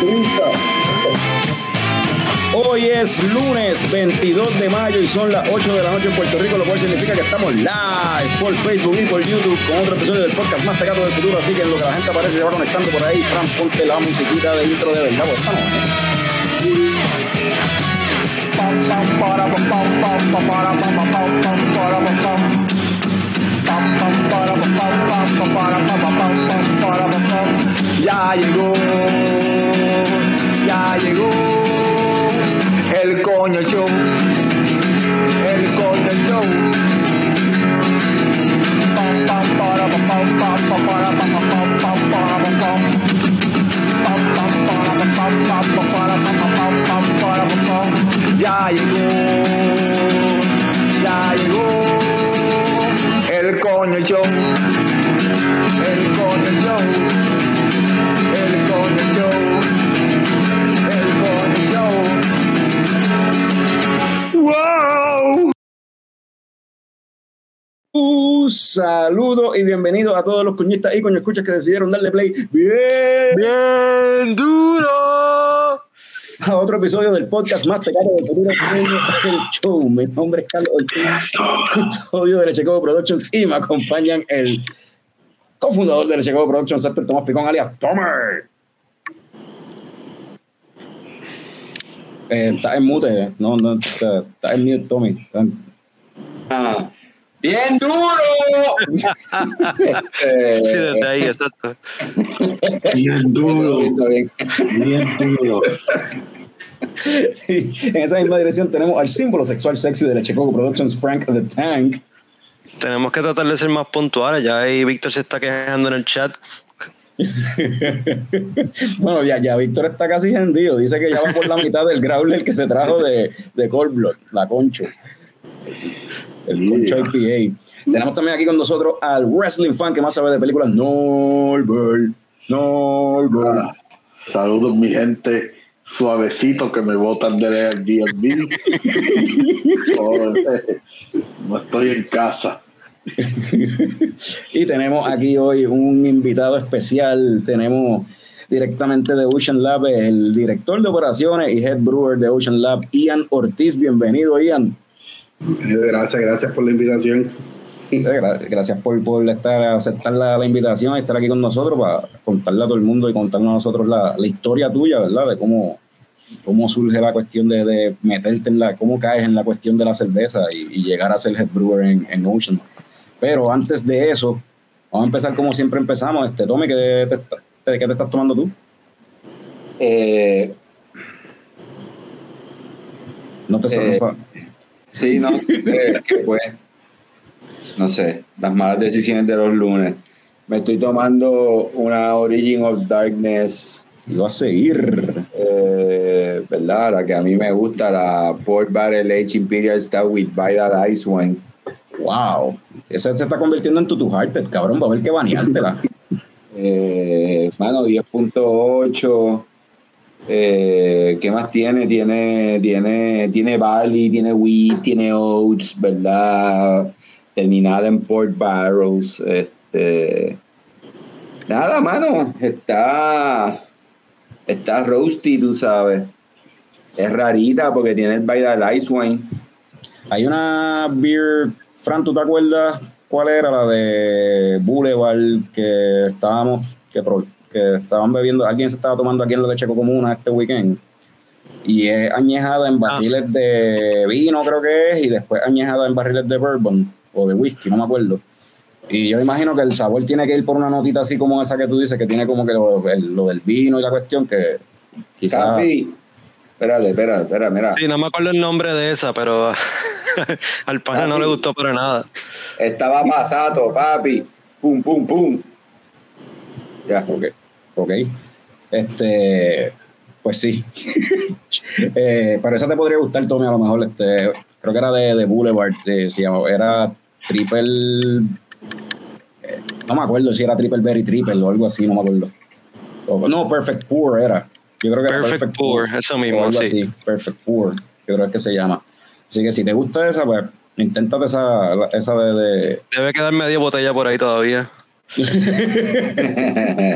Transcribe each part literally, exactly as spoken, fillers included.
Hoy es lunes veintidós de mayo y son las ocho de la noche en Puerto Rico, lo cual significa que estamos live por Facebook y por YouTube con otro episodio del podcast más tecato del futuro. Así que en lo que la gente aparece se va conectando por ahí, Fran, ponte la musiquita de intro de verdad, pues estamos, ¿eh? Ya llegó, ya llegó el coño show, el coño show. Ya llegó, ya llegó el coño show, el coño show, el coño show, el coño show. ¡Wow! Un saludo y bienvenido a todos los coñistas y coñoescuchas que decidieron darle play bien, bien duro a otro episodio del podcast más tecato del futuro, el show. Mi nombre es Carlos Ortiz, custodio de Lechecobo Productions, y me acompañan el cofundador de Lechecobo Productions, Héctor Tomás Picón, alias Tomer. Eh, está en mute, eh. no, no, está, está en mute, Tommy. Está... Ah, ¡bien duro! eh, sí, desde ahí, exacto. Bien duro. Bien, bien duro. Y en esa misma dirección tenemos al símbolo sexual sexy de Lechecobo Productions, Frank the Tank. Tenemos que tratar de ser más puntuales. Ya ahí Víctor se está quejando en el chat. Bueno, ya, ya Víctor está casi hendido. Dice que ya va por la mitad del growler que se trajo de, de Cold Blood, la Concho. El yeah. Concho I P A. Tenemos también aquí con nosotros al wrestling fan que más sabe de películas, Norbert. Norbert. Ah, saludos, mi gente. Suavecito que me botan del Airbnb. Oh, no estoy en casa. Y tenemos aquí hoy un invitado especial. Tenemos directamente de Ocean Lab el director de operaciones y head brewer de Ocean Lab, Ian Ortiz. Bienvenido, Ian. Gracias, gracias por la invitación. Gracias por, por estar, aceptar la, la invitación y estar aquí con nosotros para contarle a todo el mundo y contarnos a nosotros la, la historia tuya, ¿verdad? De cómo, cómo surge la cuestión de, de meterte en la, cómo caes en la cuestión de la cerveza y, y llegar a ser head brewer en, en Ocean. Pero antes de eso, vamos a empezar como siempre empezamos. Este, Tommy, ¿qué te, te, ¿qué te estás tomando tú? Eh, no te eh, sabes. Sí, no, eh, que pues, no sé, las malas decisiones de los lunes. Me estoy tomando una Origin of Darkness. Y va a seguir. Eh, ¿Verdad? La que a mí me gusta, la Port Barrel Age Imperial Stout with Vital Ice Wine. Wow, esa se está convirtiendo en tu tu hearted, cabrón, va a haber que baneártela. eh, mano, diez punto ocho. Eh, ¿qué más tiene? Tiene, tiene, tiene barley, tiene wheat, tiene oats, ¿verdad? Terminada en port barrels. Este, nada, mano, está, está roasty, tú sabes. Es rarita porque tiene el Vital Ice Wine. Hay una beer, Fran, ¿tú te acuerdas cuál era? La de Boulevard que estábamos, que, que estaban bebiendo, alguien se estaba tomando aquí en la Lecheco Comuna este weekend, y es añejada en barriles ah. de vino, creo que es, y después añejada en barriles de bourbon o de whisky, no me acuerdo. Y yo imagino que el sabor tiene que ir por una notita así como esa que tú dices, que tiene como que lo, el, lo del vino y la cuestión que quizás... Capi, espérate, espérate, espérate, mira. Sí, no me acuerdo el nombre de esa, pero al pana no le gustó para nada. Estaba pasado, papi. Pum, pum, pum. Ya, ok. Ok. Este... Pues sí. eh, pero esa te podría gustar, Tommy, a lo mejor. Este, creo que era de, de Boulevard, eh, se llamaba, era Triple... Eh, no me acuerdo si era Triple Berry Triple o algo así, no me acuerdo. O, no, Perfect Pour era. Yo creo que Perfect, era Perfect Pour, Pour, eso mismo, sí. Así, Perfect Pour, yo creo que se llama. Así que si te gusta esa, pues inténtate esa, esa de, de... Debe quedar media botella por ahí todavía.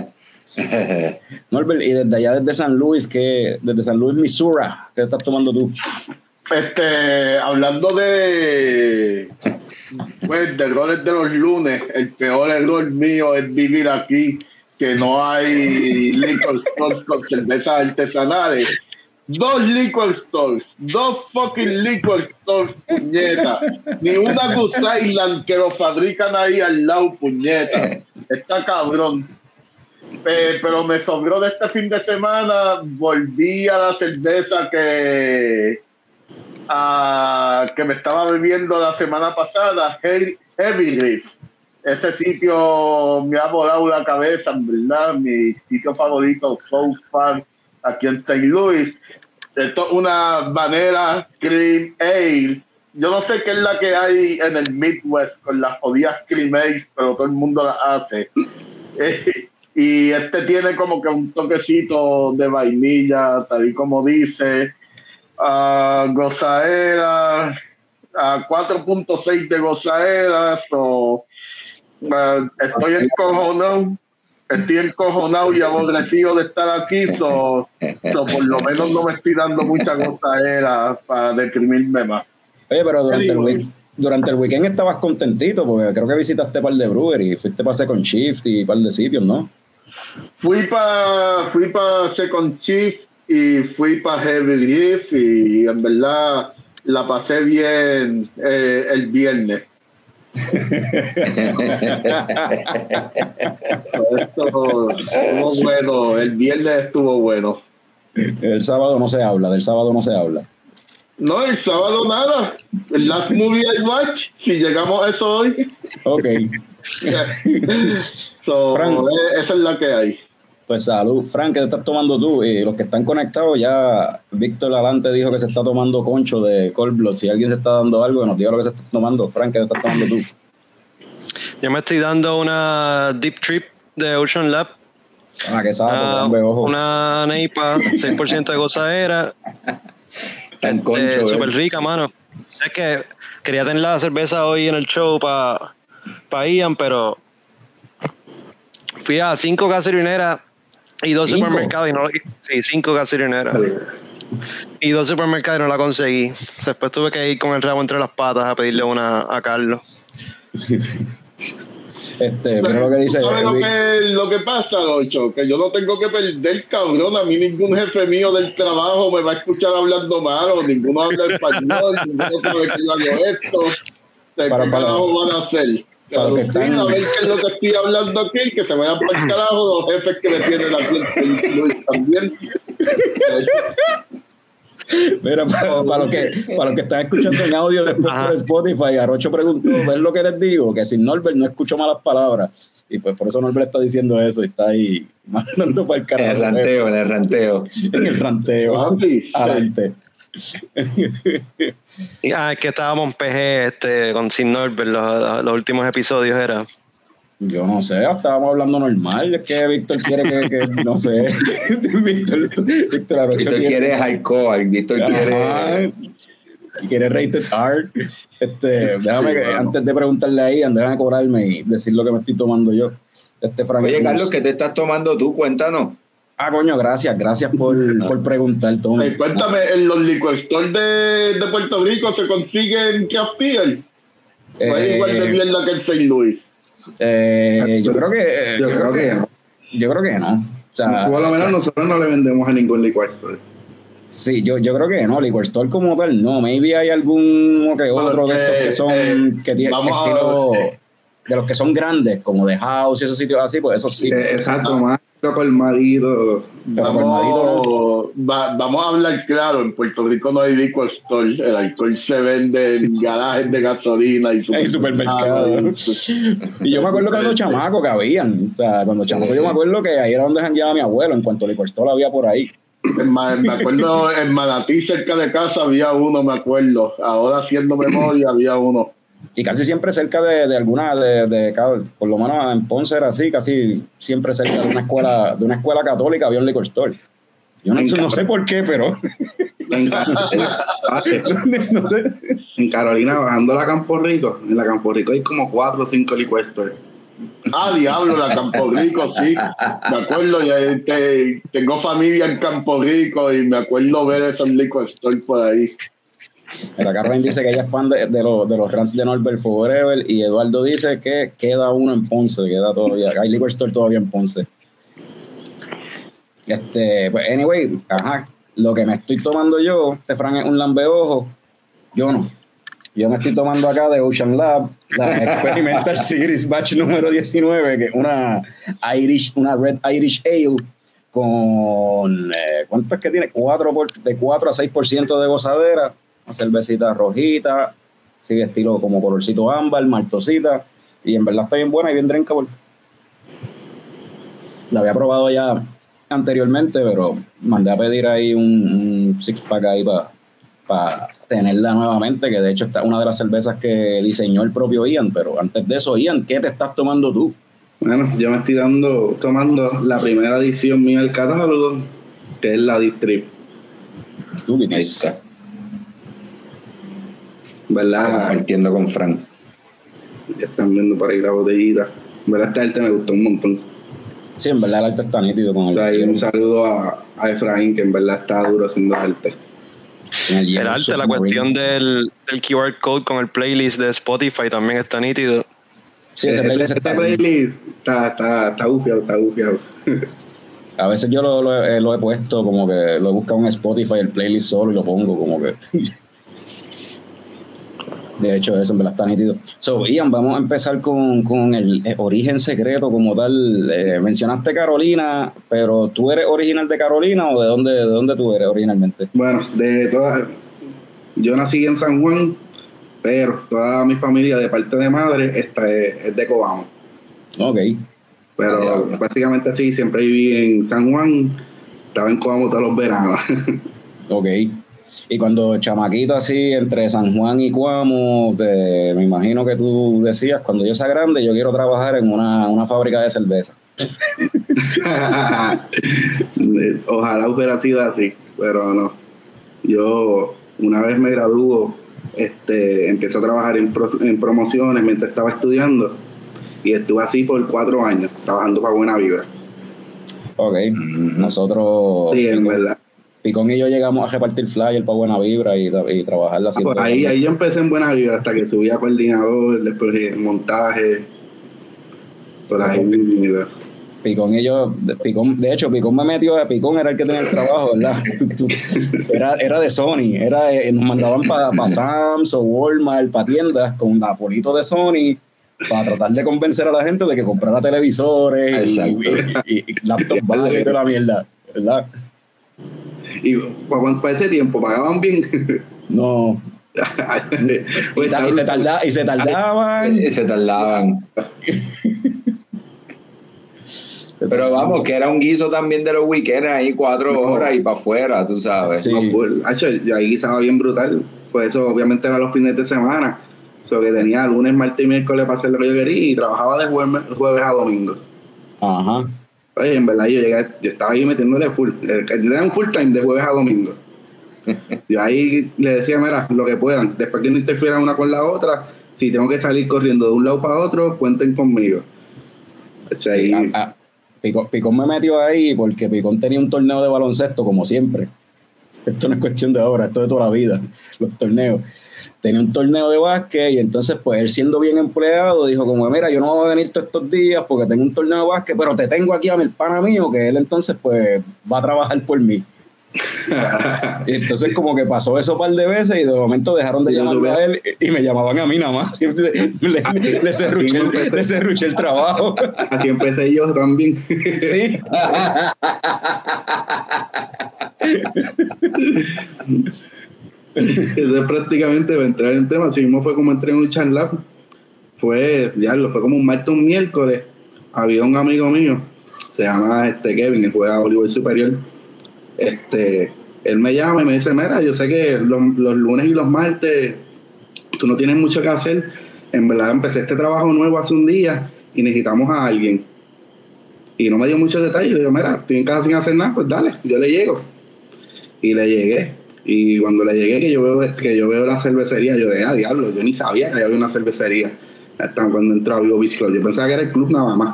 Norbert, y desde allá, desde San Luis, que desde San Luis, Missouri, ¿qué estás tomando tú? Este, hablando de pues de errores de los lunes, el peor error mío es vivir aquí, que no hay liquor stores con cervezas artesanales. Dos liquor stores, dos fucking liquor stores, puñeta. Ni una Goose Island que lo fabrican ahí al lado, puñeta. Está cabrón. Eh, pero me sobró de este fin de semana, volví a la cerveza que uh, que me estaba bebiendo la semana pasada, Heavy Reef. Ese sitio me ha volado la cabeza, en verdad, mi sitio favorito so far aquí en Saint Louis. Esto es una Vanilla Cream Ale. Yo no sé qué es la que hay en el Midwest con las jodidas Cream Ales, pero todo el mundo la hace. Y este tiene como que un toquecito de vainilla, tal y como dice. Uh, gozaera, uh, cuatro punto seis de gozaera. So, uh, estoy encojonado. Estoy encojonado y aborrecido de estar aquí. So, so, por lo menos no me estoy dando mucha gozaera para deprimirme más. Oye, pero durante el, week, durante el weekend estabas contentito porque creo que visitaste un par de brewery, fuiste para Second Shift y un par de sitios, ¿no? Fui para fui para Second Shift y fui para Heavy Reef y en verdad la pasé bien eh, el viernes. Esto estuvo bueno, el viernes estuvo bueno. El sábado no se habla, del sábado no se habla. No, el sábado nada. El last movie I watch, si llegamos a eso hoy. Ok. So, Frank, eh, esa es la que hay. Pues salud. Frank, ¿qué te estás tomando tú? Y los que están conectados, ya Víctor Alante dijo que se está tomando concho de Cold Blood. Si alguien se está dando algo, que nos diga lo que se está tomando. Frank, ¿qué te estás tomando tú? Yo me estoy dando una Deep Trip de Ocean Lab. Ah, que sabe, una, ojo. una Neipa, seis por ciento de gozaera. Tan concho, este, súper eh. rica, mano. Es que quería tener la cerveza hoy en el show para pa Ian, pero fui a cinco gasolineras y dos ¿Cinco? supermercados y no sí, cinco gasolineras y dos supermercados y no la conseguí. Después tuve que ir con el rabo entre las patas a pedirle una a Carlos. Este, pero lo que dice ¿Sabes lo que, lo que pasa, Locho? Que yo no tengo que perder, cabrón. A mí ningún jefe mío del trabajo me va a escuchar hablando malo. Ninguno habla español, ninguno sabe que yo hago esto. ¿Qué Para- para- carajo van a hacer? para que Traducir, están- a ver qué es lo que estoy hablando aquí, que se vayan para el carajo los jefes que le tienen aquí en Luis también. Mira, para, para, los que, para los que están escuchando en audio después Ajá. por Spotify, Arocho preguntó, ¿ves lo que les digo? Que sin Norbert no escucho malas palabras. Y pues por eso Norbert está diciendo eso y está ahí mandando para el En carajo. el ranteo, en el ranteo. En el ranteo. Papi, Adelante. Y, ah, es que estábamos en P G este, con Sin Norbert, los, los últimos episodios era. Yo no sé, estábamos hablando normal. Es que Víctor quiere que, que no sé. Víctor, Víctor Arocho Víctor quiere alcohol, Víctor Ajá. quiere... Y quiere rated R. Este, déjame que, antes de preguntarle ahí, déjame cobrarme y decir lo que me estoy tomando yo. Este Frank Oye, Cruz. Carlos, ¿qué te estás tomando tú? Cuéntanos. Ah, coño, gracias, gracias por, por preguntar, Tom. eh, cuéntame, ¿en los liquor stores de, de Puerto Rico se consiguen craft beer? ¿O es igual de mierda que en Saint Louis? Eh, yo creo que Yo creo que no. yo creo que no. O sea, Por lo menos nosotros no le vendemos a ningún liquor store. sí, yo, yo creo que no, liquor store como tal, no, maybe hay algún que otro Bueno, de estos que eh, son eh, que tienen vamos a- estilo de los que son grandes, como de House y esos sitios así, pues eso sí. Eh, exacto, más colmadito. Pero Vamos, va- vamos a hablar claro, en Puerto Rico no hay liquor store, el alcohol se vende en garajes de gasolina y En supermercados. Y yo me acuerdo cuando chamaco que habían, o sea, cuando chamaco yo me acuerdo que ahí era donde jangueaba mi abuelo, en cuanto liquor store había por ahí. En Ma- me acuerdo en Manatí cerca de casa había uno, me acuerdo, ahora haciendo memoria había uno. Y casi siempre cerca de, de alguna, de, de cada- por lo menos en Ponce era así, casi siempre cerca de una escuela, de una escuela católica había un liquor store. Yo no, no sé por qué, pero En, no sé. en Carolina, bajando la Campo Rico, en la Campo Rico hay como cuatro o cinco liquor stores. Ah, diablo, la Campo Rico, sí. Me acuerdo, ya, este, tengo familia en Campo Rico y me acuerdo ver esos liquor store por ahí. Mira, Carmen dice que ella es fan de, de, los, de los Rants de Norbert Forever y Eduardo dice que queda uno en Ponce, queda todavía, hay liquor store todavía en Ponce. Este, pues, anyway, ajá, lo que me estoy tomando yo, este Fran es un lambeojo, yo no. Yo me estoy tomando acá de Ocean Lab, la Experimental Series Batch número diecinueve, que es una Irish, una Red Irish Ale con, eh, ¿cuánto es que tiene? cuatro por, de cuatro a seis por ciento de gozadera, una cervecita rojita, sigue estilo como colorcito ámbar, maltosita, y en verdad está bien buena y bien drinkable. La había probado ya anteriormente, pero mandé a pedir ahí un, un six pack ahí para para tenerla nuevamente, que de hecho está una de las cervezas que diseñó el propio Ian, pero antes de eso, Ian, ¿qué te estás tomando tú? Bueno, yo me estoy dando, tomando la primera edición mía del catálogo, que es la Deep Trip. Tú, Ahí está. ¿Verdad? Partiendo con Frank. Ya están viendo por ahí la botellita. ¿Verdad? Este arte me gustó un montón. Sí, en verdad el arte está nítido con el... Ahí un saludo a, a Efraín, que en verdad está duro haciendo arte. El, el arte, la cuestión del, del Q R code con el playlist de Spotify también está nítido. Sí, ese este playlist este está, playlist está, está, está bufiado, está bufiado. a veces yo lo, lo, he, lo he puesto como que lo he buscado en Spotify, el playlist solo, y lo pongo como que... De hecho, eso en verdad está nítido. So, Ian, vamos a empezar con, con el, el origen secreto como tal. Eh, mencionaste Carolina, pero ¿tú eres original de Carolina o de dónde, de dónde tú eres originalmente? Bueno, de todas, yo nací en San Juan, pero toda mi familia de parte de madre está, es, es de Coamo. Ok. Pero ah, básicamente sí, siempre viví en San Juan, estaba en Coamo todos los veranos. Ok. Y cuando chamaquito así, entre San Juan y Coamo, eh, me imagino que tú decías, cuando yo sea grande, yo quiero trabajar en una, una fábrica de cerveza. Ojalá hubiera sido así, pero no. Yo una vez me graduó, este, empecé a trabajar en, pro, en promociones mientras estaba estudiando y estuve así por cuatro años, trabajando para Buena Vibra. Ok, mm-hmm. Nosotros... Sí, en verdad. Picón y yo llegamos a repartir flyer para Buena Vibra y, y trabajar la ah, pues ahí, ahí yo empecé en Buena Vibra hasta que subí a coordinador, después montaje, por ahí. Mira. Picón y yo, Picón, de hecho, Picón me metió, a Picón era el que tenía el trabajo, ¿verdad? era, era de Sony, era, nos mandaban para pa Sam's o Walmart, para tiendas con Napolito de Sony, para tratar de convencer a la gente de que comprara televisores y, y, y, y laptop y toda la mierda, ¿verdad? Y para ese tiempo pagaban bien. No. pues, y, y, se tarda, y se tardaban. Y se tardaban. Pero vamos, que era un guiso también de los weekends, ahí cuatro no. horas y para afuera, tú sabes. Sí. No, pues, hacho, yo ahí guisaba bien brutal. Pues eso obviamente era los fines de semana. O sea, que tenía lunes, martes y miércoles para hacer lo que yo quería y trabajaba de jueves, jueves a domingo. Ajá. Oye, en verdad yo llegué, yo estaba ahí metiéndole full, era un full time de jueves a domingo. Yo ahí le decía, mira, lo que puedan, después que no interfieran una con la otra, si tengo que salir corriendo de un lado para otro, cuenten conmigo. Sí, a, a, Picón, Picón me metió ahí porque Picón tenía un torneo de baloncesto, como siempre. Esto no es cuestión de ahora, esto de toda la vida, los torneos. Tenía un torneo de básquet y entonces pues él siendo bien empleado dijo como mira yo no voy a venir todos estos días porque tengo un torneo de básquet pero te tengo aquí a mi pana mío que él entonces pues va a trabajar por mí. Y entonces como que pasó eso un par de veces y de momento dejaron de llamarlo a él y me llamaban a mí nada más. le, le, le, cerruché, el, le cerruché el trabajo. Aquí empecé yo también. Sí. Eso es prácticamente para entrar en tema. Así mismo fue como entré en un charla. Fue, diablo, fue como un martes, un miércoles. Había un amigo mío, se llama este Kevin, que juega a voleibol superior. Este, él me llama y me dice: mira, yo sé que los, los lunes y los martes tú no tienes mucho que hacer. En verdad, empecé este trabajo nuevo hace un día y necesitamos a alguien. Y no me dio muchos detalles. Le digo: mira, estoy en casa sin hacer nada, pues dale, yo le llego. Y le llegué. Y cuando le llegué, que yo veo que yo veo la cervecería, yo de, ah, diablo, yo ni sabía que había una cervecería. hasta cuando entró a Vivo Beach Club. Yo pensaba que era el club nada más.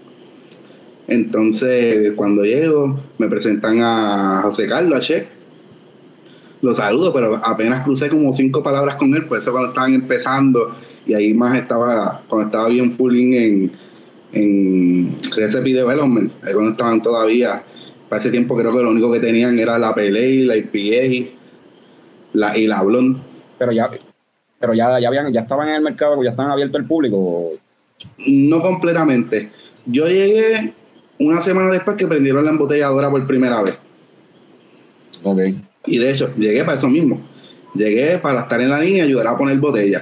Entonces, cuando llego, me presentan a José Carlos, a Che. Lo saludo, pero apenas crucé como cinco palabras con él, pues eso cuando estaban empezando, y ahí más estaba, cuando estaba bien fulling en, en Recipe Development, ahí cuando estaban todavía, para ese tiempo creo que lo único que tenían era la P L A, la I P A la, y la Blonde. Pero ya, pero ya, ya, habían, ya estaban en el mercado, ya estaban abiertos al público. No completamente. Yo llegué una semana después que prendieron la embotelladora por primera vez. Ok. Y de hecho, llegué para eso mismo. Llegué para estar en la línea y ayudar a poner botellas.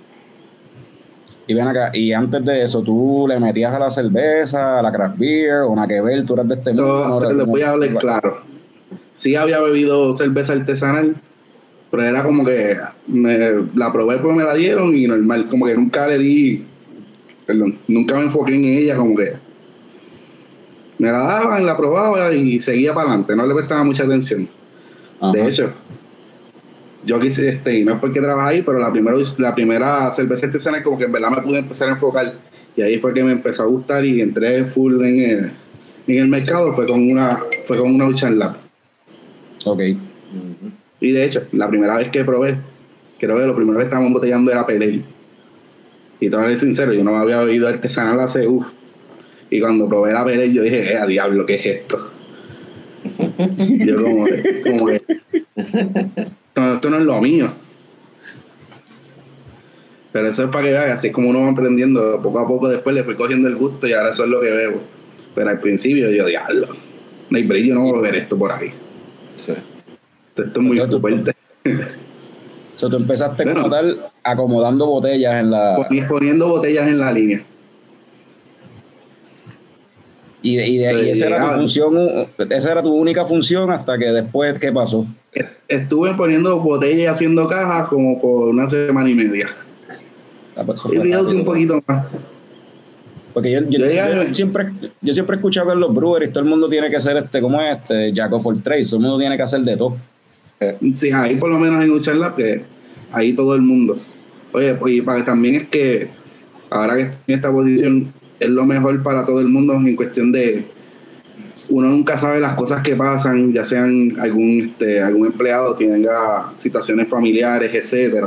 Y ven acá, y antes de eso, ¿tú le metías a la cerveza, a la craft beer, o una que ver, tú eres de este mundo? No, les voy a hablar claro. Sí había bebido cerveza artesanal, pero era como que me, la probé porque me la dieron y normal, como que nunca le di, perdón, nunca me enfoqué en ella, como que me la daban, la probaba y seguía para adelante, no le prestaba mucha atención. Ajá. De hecho, yo quise, este, y no es porque trabajé ahí, pero la primera, la primera cerveza artesanal como que en verdad me pude empezar a enfocar, y ahí fue que me empezó a gustar y entré full en el, en el mercado, fue con una fue con una Ocean Lab. Ok. Uh-huh. Y de hecho, la primera vez que probé, creo que lo primero que estábamos embotellando era P L A. Y todo ser sincero, yo no me había bebido artesanal hace uff. Y cuando probé la P L A, yo dije, eh, a diablo, ¿qué es esto? Yo como que, como que no, esto no es lo mío. Pero eso es para que vean, así es como uno va aprendiendo poco a poco, después le fui cogiendo el gusto y ahora eso es lo que bebo. Pero al principio yo, diablo, no hay brillo, no voy a beber esto por ahí. Sí. Esto, esto es muy Entonces, fuerte. O sea, tú empezaste bueno, como tal acomodando botellas en la... Poniendo botellas en la línea. Y, de, y, de, y esa era tu función, esa era tu única función hasta que después, ¿qué pasó? Estuve poniendo botellas y haciendo cajas como por una semana y media. Ah, pues y videos un poquito más. Porque yo, yo, yo, yo, siempre, yo siempre he escuchado que en los breweries todo el mundo tiene que ser este, como este, Jack of all trades, todo el mundo tiene que hacer de todo. Sí, ahí por lo menos en Ucharla, que ahí todo el mundo. Oye, pues, y para, también es que ahora que estoy en esta posición es lo mejor para todo el mundo en cuestión de uno nunca sabe las cosas que pasan, ya sean algún este, algún empleado que tenga situaciones familiares, etcétera.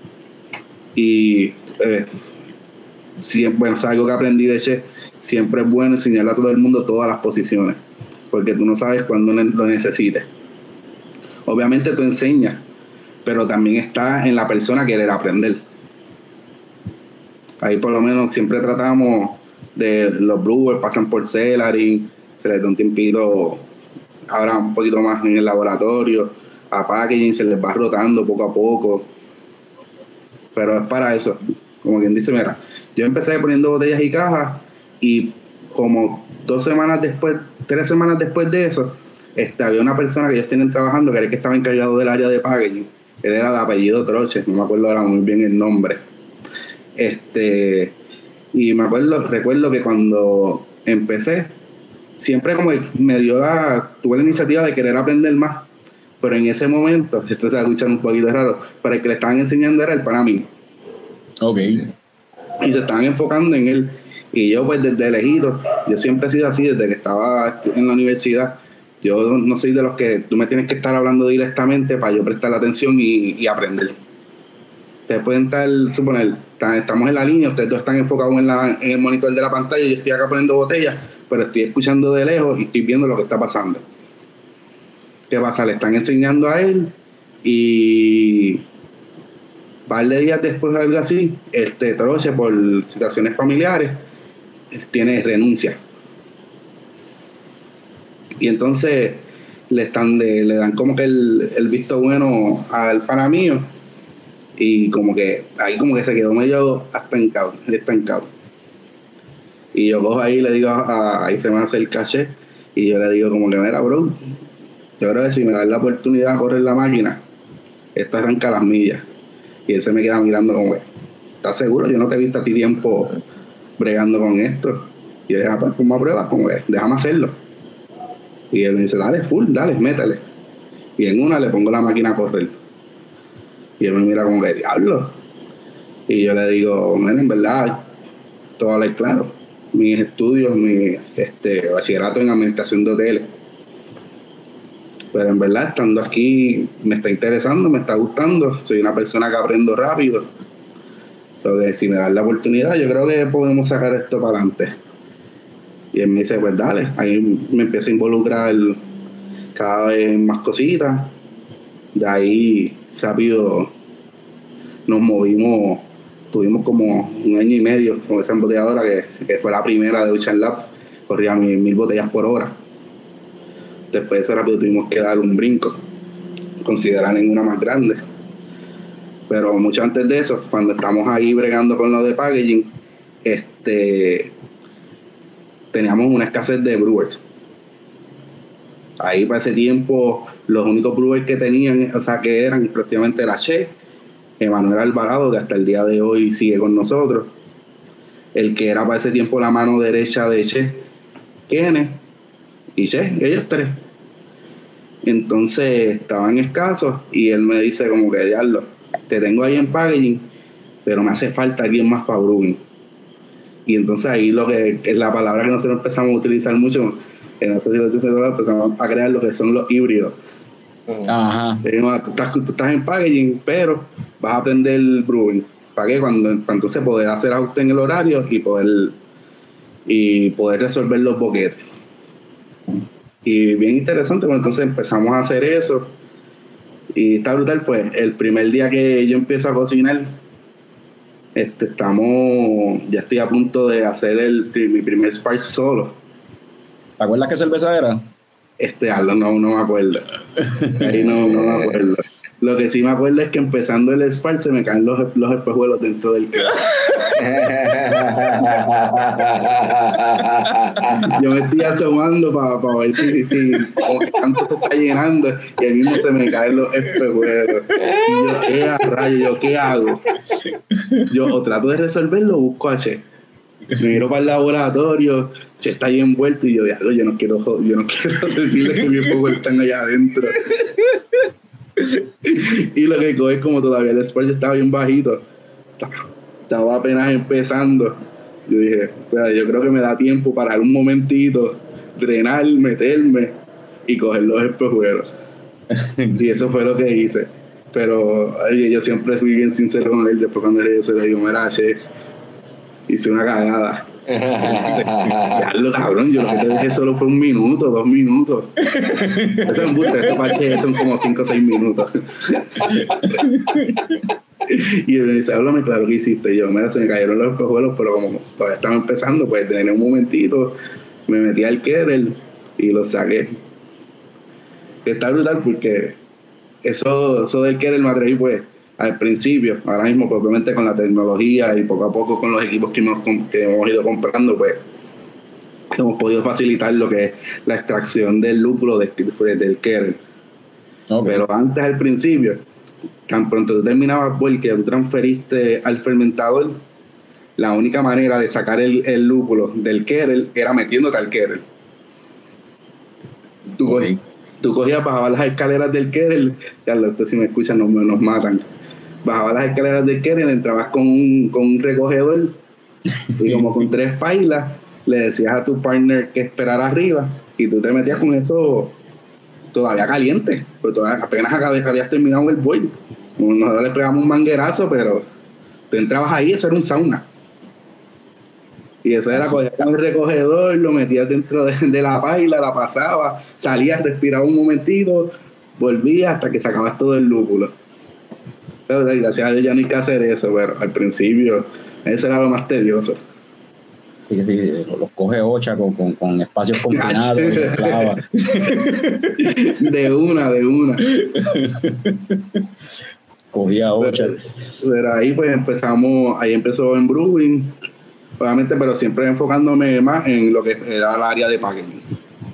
Y eh, si, bueno, es algo que aprendí de Che, siempre es bueno enseñarle a todo el mundo todas las posiciones, porque tú no sabes cuándo lo necesites. Obviamente tú enseñas, pero también está en la persona querer aprender. Ahí por lo menos siempre tratamos de los brewers, pasan por cellaring, se les da un tiempito, ahora un poquito más en el laboratorio, a packaging se les va rotando poco a poco, pero es para eso, como quien dice, mira, yo empecé poniendo botellas y cajas y como dos semanas después, tres semanas después de eso, este, había una persona que ellos tienen trabajando que era el que estaba encargado del área de packaging, él era de apellido Troche, no me acuerdo ahora muy bien el nombre, este, y me acuerdo, recuerdo que cuando empecé, siempre como me dio la, tuve la iniciativa de querer aprender más, pero en ese momento, esto se escucha un poquito raro, pero el que le estaban enseñando era el pana mío. Ok. Y se estaban enfocando en él, y yo pues desde lejito, yo siempre he sido así, desde que estaba en la universidad, yo no soy de los que tú me tienes que estar hablando directamente para yo prestar la atención y, y aprender. Ustedes pueden estar, suponer, estamos en la línea, ustedes dos están enfocados en, la, en el monitor de la pantalla, yo estoy acá poniendo botellas, pero estoy escuchando de lejos y estoy viendo lo que está pasando. ¿Qué pasa? Le están enseñando a él y un par de días después algo así, este Troche, por situaciones familiares, tiene renuncia. Y entonces le están de, le dan como que el, el visto bueno al pana mío y como que ahí como que se quedó medio estancado, estancado. Y yo cojo ahí y le digo, a, ahí se me hace el caché y yo le digo como que mira, bro, yo creo que si me das la oportunidad de correr la máquina, esto arranca las millas. Y él se me queda mirando como que, ¿estás seguro? Yo no te he visto a ti tiempo bregando con esto. Y yo le dije, ah, pues ponme a prueba, como que déjame hacerlo. Y él me dice, dale, full, dale, métele. Y en una le pongo la máquina a correr. Y él me mira como que, diablo. Y yo le digo, bueno, en verdad, todo vale claro. Mis estudios, mi este, bachillerato en administración de hoteles. Pero en verdad, estando aquí, me está interesando, me está gustando. Soy una persona que aprendo rápido. Entonces, si me dan la oportunidad, yo creo que podemos sacar esto para adelante. Y él me dice, pues dale. Ahí me empiezo a involucrar cada vez más cositas. De ahí, rápido, nos movimos. Tuvimos como un año y medio con esa embotelladora que, que fue la primera de Ocean Lab. Corría mil, mil botellas por hora. Después de eso rápido tuvimos que dar un brinco, considerar en una más grande. Pero mucho antes de eso, cuando estamos ahí bregando con lo de packaging, este, teníamos una escasez de brewers. Ahí para ese tiempo los únicos brewers que tenían, o sea que eran prácticamente la Che, Emanuel Alvarado, que hasta el día de hoy sigue con nosotros, el que era para ese tiempo la mano derecha de Che, Kenneth y Che, ellos tres. Entonces estaban escasos y él me dice como que diablo, te tengo ahí en packaging, pero me hace falta alguien más para brewing. Y entonces ahí lo que es la palabra que nosotros empezamos a utilizar mucho, en nosotros empezamos a crear lo que son los híbridos. Ajá. Tú estás, tú estás en packaging, pero vas a aprender el brewing. ¿Para qué? Cuando, para entonces poder hacer ajuste en el horario y poder y poder resolver los boquetes. Y bien interesante, pues entonces empezamos a hacer eso. Y está brutal, pues el primer día que yo empiezo a cocinar, este, estamos, ya estoy a punto de hacer el, mi primer spark solo. ¿Te acuerdas qué cerveza era? Este, algo no, no me acuerdo. Ahí no, no me acuerdo. Lo que sí me acuerdo es que empezando el spark se me caen los, los espejuelos dentro del carro. Yo me estoy asomando para pa ver si, si como que tanto se está llenando y a mí mismo se me caen los espejuelos. Y yo, ¿qué a rayo? Yo, ¿qué hago? Yo o trato de resolverlo o busco a Che. Me miro para el laboratorio, Che está ahí envuelto y yo, diablo, yo no quiero, yo no quiero decirle que mis espejuelos están allá adentro. Y lo que coge es como todavía el spark estaba bien bajito, estaba apenas empezando. Yo dije, yo creo que me da tiempo para un momentito drenar, meterme y coger los espejuelos. Y eso fue lo que hice. Pero oye, yo siempre fui bien sincero con él. Después cuando yo se lo digo, mira, Che, hice una cagada. Diablo, cabrón, yo lo que te dejé solo fue un minuto, dos minutos. Eso es un busto, eso para Che son como cinco o seis minutos. Y él me dice, háblame claro que hiciste. Y yo, mira, se me cayeron los espejuelos, pero como todavía estaba empezando, pues tenía un momentito, me metí al kettle y lo saqué. Está brutal porque eso, eso del kettle me atreví, pues, al principio. Ahora mismo, pues, obviamente con la tecnología y poco a poco con los equipos que hemos, que hemos ido comprando, pues hemos podido facilitar lo que es la extracción del lúpulo de, de, del kettle. Okay. Pero antes, al principio, tan pronto tú terminabas el que tú transferiste al fermentador, la única manera de sacar el, el lúpulo del kettle era metiéndote al kettle. Tú, okay. cogías, tú cogías, bajabas las escaleras del kettle, ya lo, si me escuchan nos, nos matan. Bajabas las escaleras del kettle, entrabas con un, con un recogedor y como con tres pailas le decías a tu partner que esperara arriba y tú te metías con eso todavía caliente, pues todavía, apenas habías terminado el boil. Nosotros le pegamos un manguerazo, pero tú entrabas ahí, eso era un sauna. Y eso era, cogías el recogedor, lo metías dentro de, de la paila, la pasabas, salías, respirabas un momentito, volvías hasta que sacabas todo el lúpulo. Pero gracias a Dios ya no hay que hacer eso, pero al principio eso era lo más tedioso. Sí, sí, los coge ocha con, con, con espacios confinados y los clava. De una, de una. Cogía ocha. Pero, pero ahí pues empezamos, ahí empezó en brewing, obviamente, pero siempre enfocándome más en lo que era el área de packaging.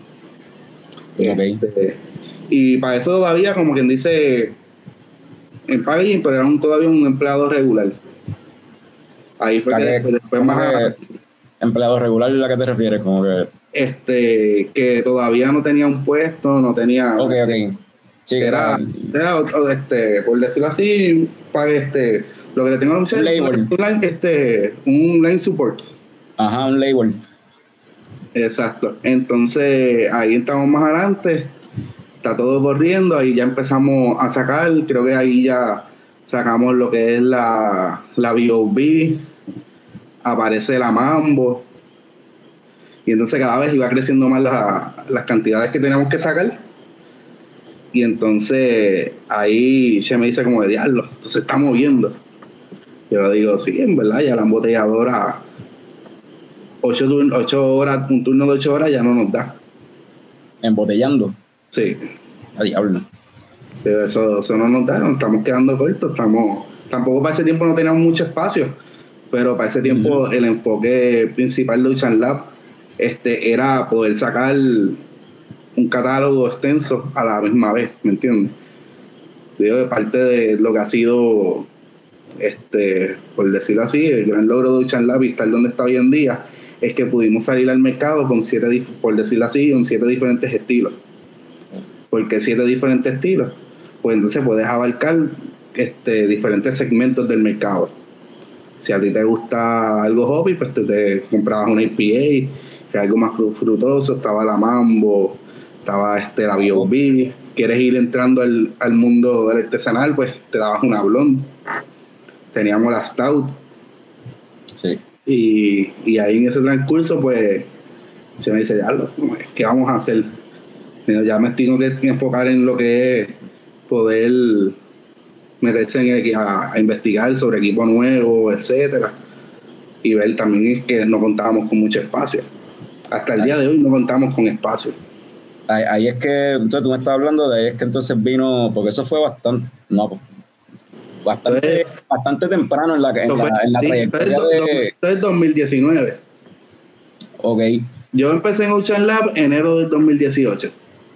Okay. Este, y para eso todavía, como quien dice, en packaging, pero era un, todavía un empleado regular. Ahí fue que, que después, después más... ¿Empleado regular a qué te refieres? Como que... Este, que todavía no tenía un puesto, no tenía... Ok, ok. Sí, era, era, era este, por decirlo así, para este, Lo que le tengo a anunciar Un es label. un line, este, un line support. Ajá, un label. Exacto. Entonces, ahí estamos más adelante. Está todo corriendo. Ahí ya empezamos a sacar. Creo que ahí ya sacamos lo que es la, la B O B. Aparece la Mambo. Y entonces cada vez iba creciendo más la, las cantidades que teníamos que sacar. Y entonces ahí se me dice como de diablo, esto se está moviendo. Yo le digo, sí, en verdad, ya la embotelladora, ocho, turn- ocho horas, un turno de ocho horas ya no nos da. Embotellando. Sí, A diablo. pero eso, eso no nos da, nos estamos quedando cortos. Estamos, tampoco para ese tiempo no teníamos mucho espacio, pero para ese tiempo Ujú. el enfoque principal de Ocean Lab este, era poder sacar un catálogo extenso a la misma vez, ¿me entiendes? Digo, de parte de lo que ha sido, este, por decirlo así, el gran logro de Ocean Lab y estar donde está hoy en día, es que pudimos salir al mercado con siete, dif- por decirlo así, con siete diferentes estilos. ¿Por qué siete diferentes estilos? Pues entonces puedes abarcar este, diferentes segmentos del mercado. Si a ti te gusta algo hobby, pues tú te comprabas una I P A, que es algo más fru- frutoso, estaba la Mambo, estaba este, la B O B. Quieres ir entrando al, al mundo del artesanal, pues te dabas una blonde. Teníamos la Stout. Sí. Y, y ahí en ese transcurso, pues, se me dice, ya, lo- ¿qué vamos a hacer? Digo, ya me tengo que enfocar en lo que es poder meterse en equi- a, a investigar sobre equipo nuevo, etcétera. Y ver también que no contábamos con mucho espacio. Hasta el día de hoy no contamos con espacio. Ahí, ahí es que, entonces tú me estás hablando de ahí es que entonces vino, porque eso fue bastante, no, pues, bastante, Entonces, bastante temprano en la, en Esto la, fue, en la sí, esto es trayectoria do- do- de, esto es dos mil diecinueve. ok, Yo empecé en Ocean Lab enero del dos mil dieciocho.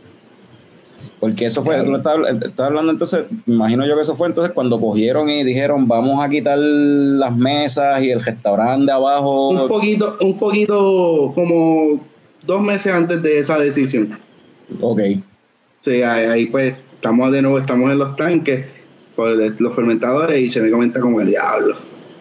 porque eso fue, Claro. tú me estás, estás hablando entonces, me imagino yo que eso fue entonces cuando cogieron y dijeron vamos a quitar las mesas y el restaurante de abajo, Un poquito, un poquito como dos meses antes de esa decisión. ok, Sí, ahí, ahí, pues estamos de nuevo, estamos en los tanques por el- los fermentadores y se me comenta como el diablo.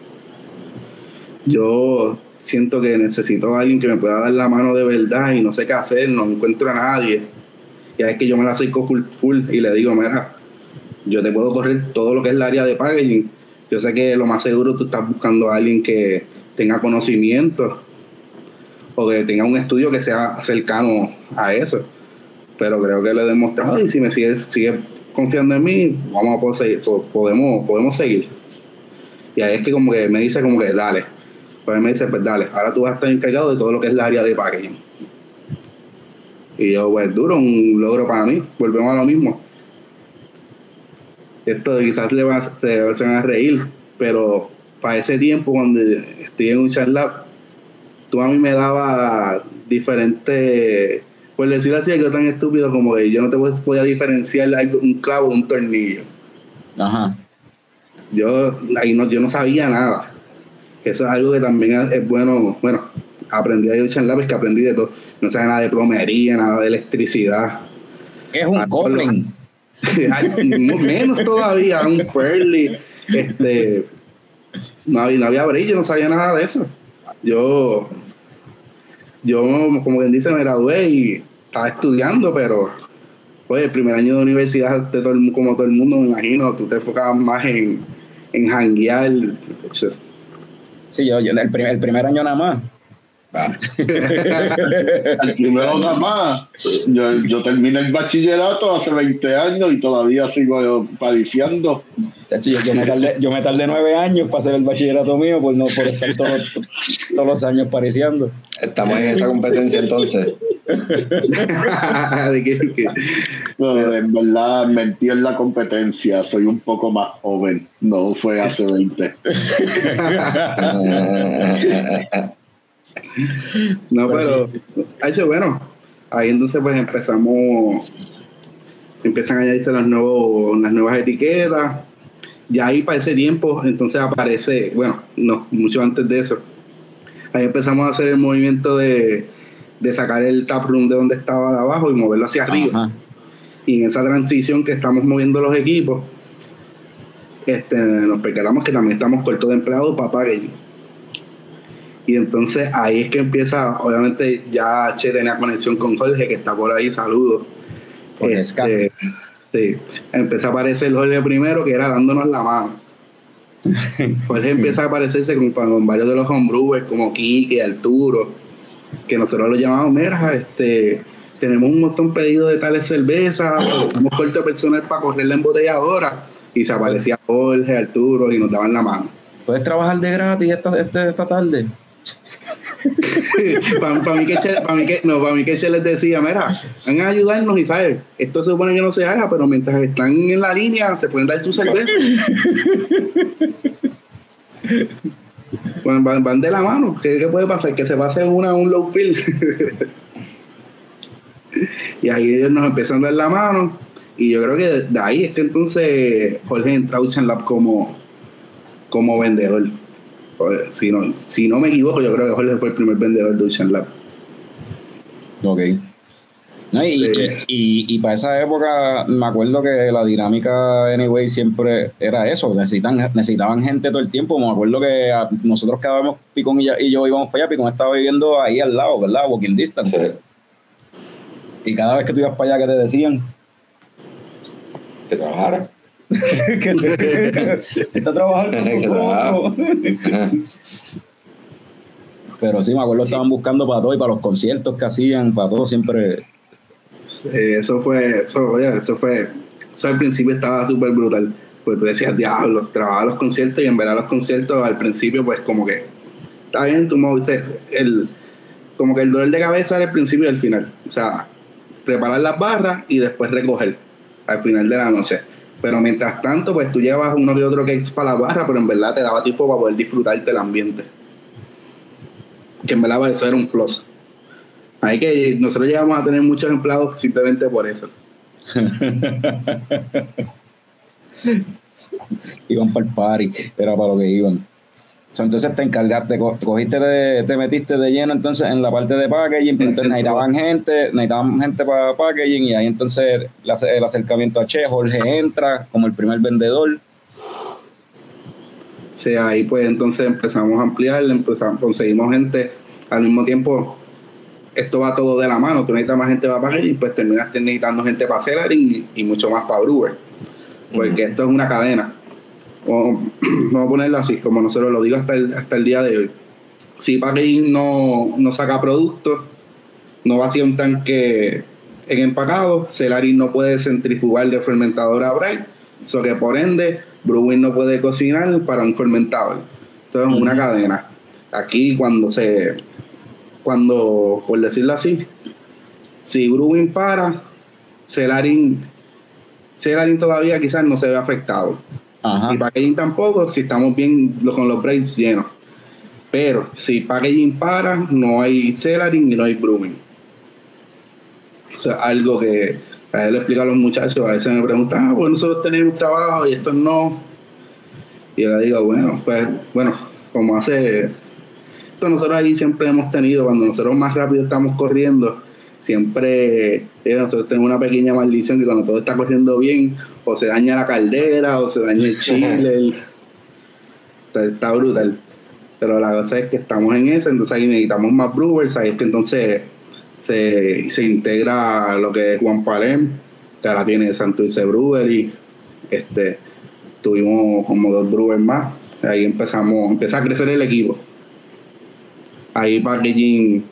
Yo siento que necesito a alguien que me pueda dar la mano de verdad y no sé qué hacer, no encuentro a nadie. Y es que yo me la acerco full, full y le digo, mira, yo te puedo correr todo lo que es el área de packaging. Yo sé que lo más seguro tú estás buscando a alguien que tenga conocimiento o que tenga un estudio que sea cercano a eso. Pero creo que lo he demostrado y si me sigue, sigue confiando en mí, vamos a poder seguir, po- podemos, podemos seguir. Y ahí es que como que me dice como que dale. Pues él me dice, pues dale, ahora tú vas a estar encargado de todo lo que es la área de packaging. Y yo, pues duro, un logro para mí, volvemos a lo mismo. Esto quizás le van a, se, se van a reír, pero para ese tiempo cuando estoy en un charlab, tú a mí me dabas diferentes, por decirlo así, algo tan estúpido como que yo no te podía diferenciar algo, un clavo de un tornillo. ajá, Yo ahí no, yo no sabía nada. Eso es algo que también es bueno, bueno, aprendí a Ocean Lab, es que aprendí de todo. No sabía nada de plomería, nada de electricidad. ¿qué es un Ah, coupling? Menos todavía, un Pearly, este, no había, no había brillo, no sabía nada de eso. Yo, yo como quien dice, me gradué y estaba estudiando, pero pues el primer año de universidad, de todo el, como todo el mundo, me imagino, tú te enfocabas más en, en janguear. Sí, yo, yo el, primer, el primer año nada más. Va. El primero nada más. Yo, yo terminé el bachillerato hace veinte años y todavía sigo pariciando. Chacho, yo, yo, me tardé, yo me tardé nueve años para hacer el bachillerato mío por no por estar todos, todos los años pariciando. Estamos en esa competencia entonces. De que- que- Pero en verdad mentí en la competencia. Soy un poco más joven. No fue hace veinte. No, Pero pero, ha hecho bueno. Ahí entonces pues empezamos, empiezan a añadirse las, nuevos, las nuevas etiquetas. Ya ahí para ese tiempo entonces aparece, bueno, no, mucho antes de eso. Ahí empezamos a hacer el movimiento de, de sacar el taproom de donde estaba de abajo y moverlo hacia arriba. Ajá. Y en esa transición que estamos moviendo los equipos, este, nos percatamos que también estamos cortos de empleados para packaging. Y entonces ahí es que empieza, obviamente ya Che tenía conexión con Jorge, que está por ahí, saludos. Este, sí, empieza a aparecer Jorge primero, que era dándonos la mano. Jorge empieza a aparecerse con, con varios de los homebrewers, como Kike, Arturo, que nosotros lo llamamos, mira, este, tenemos un montón pedido de tales cervezas, tenemos corto de personal para correr la embotelladora, y se aparecía Jorge, Arturo, y nos daban la mano. ¿Puedes trabajar de gratis esta, esta, esta tarde? para, para mí que Che, para mí que no, para mí que Che les decía, mira, van a ayudarnos y sabes, esto se supone que no se haga, pero mientras están en la línea se pueden dar su cerveza. van, van, van de la mano. ¿Qué, qué puede pasar? Que se pase una un low fill. Y ahí ellos nos empiezan a dar la mano, y yo creo que de, de ahí es que entonces Jorge entra a Ocean Lab como como vendedor. Si no, si no me equivoco, yo creo que Jorge fue el primer vendedor de Ocean Lab. Ok. No, y, sí. y, y, y para esa época me acuerdo que la dinámica anyway siempre era eso, necesitan, necesitaban gente todo el tiempo. Me acuerdo que a, nosotros cada vez Picón y yo, y yo íbamos para allá. Picón estaba viviendo ahí al lado, ¿verdad? Walking distance. Sí. Y cada vez que tú ibas para allá, ¿qué te decían? Que trabajara. que se está trabajando con pero sí, me acuerdo, sí. Estaban buscando para todo y para los conciertos que hacían, para todo siempre. Eh, eso fue, eso, oye, eso fue, eso al principio estaba súper brutal, pues tú decías, diablo, trabajaba los conciertos, y en verdad los conciertos al principio pues como que, está bien, tú me dices, el, como que el dolor de cabeza era el principio y el final, o sea, preparar las barras y después recoger al final de la noche. Pero mientras tanto, pues tú llevas uno y otro cakes para la barra, pero en verdad te daba tiempo para poder disfrutarte el ambiente. Que en verdad eso era un plus. Ahí que nosotros llegamos a tener muchos empleados simplemente por eso. Iban para el party, era para lo que iban. O sea, entonces te encargaste, te cogiste, de, te metiste de lleno entonces en la parte de packaging, pero entonces necesitaban gente, necesitaban gente para packaging, y ahí entonces el acercamiento a Che, Jorge entra como el primer vendedor. Sí, ahí pues entonces empezamos a ampliar, empezamos, conseguimos gente, al mismo tiempo esto va todo de la mano, tú necesitas más gente para packaging, pues terminas necesitando gente para cellaring y, y mucho más para brewer, porque uh-huh. Esto es una cadena. O, vamos a ponerlo así, como nosotros lo digo hasta el, hasta el día de hoy. Si packaging no, no saca productos, no vacía un tanque en empacado, cellaring no puede centrifugar de fermentador a break, so que por ende brewing no puede cocinar para un fermentador. Entonces es una cadena. Aquí cuando se cuando, por decirlo así, si brewing para, cellaring cellaring todavía quizás no se ve afectado. Ajá. Y packaging tampoco, si estamos bien con los breaks llenos. Pero si packaging para, no hay cellaring y no hay brewing. O sea, algo que a él le explica a los muchachos, a veces me preguntan, ah, pues nosotros tenemos trabajo y estos no. Y yo le digo, bueno, pues, bueno, como hace esto nosotros ahí siempre hemos tenido, cuando nosotros más rápido estamos corriendo, siempre eh, nosotros tenemos una pequeña maldición que cuando todo está corriendo bien, o se daña la caldera o se daña el chile. el, está brutal. Pero la cosa es que estamos en eso, entonces ahí necesitamos más brewers, ahí es que entonces se, se integra lo que es Juan Palem, que ahora tiene Santurce Brewery, este, tuvimos como dos brewers más, ahí empezamos, empezó a crecer el equipo. Ahí packaging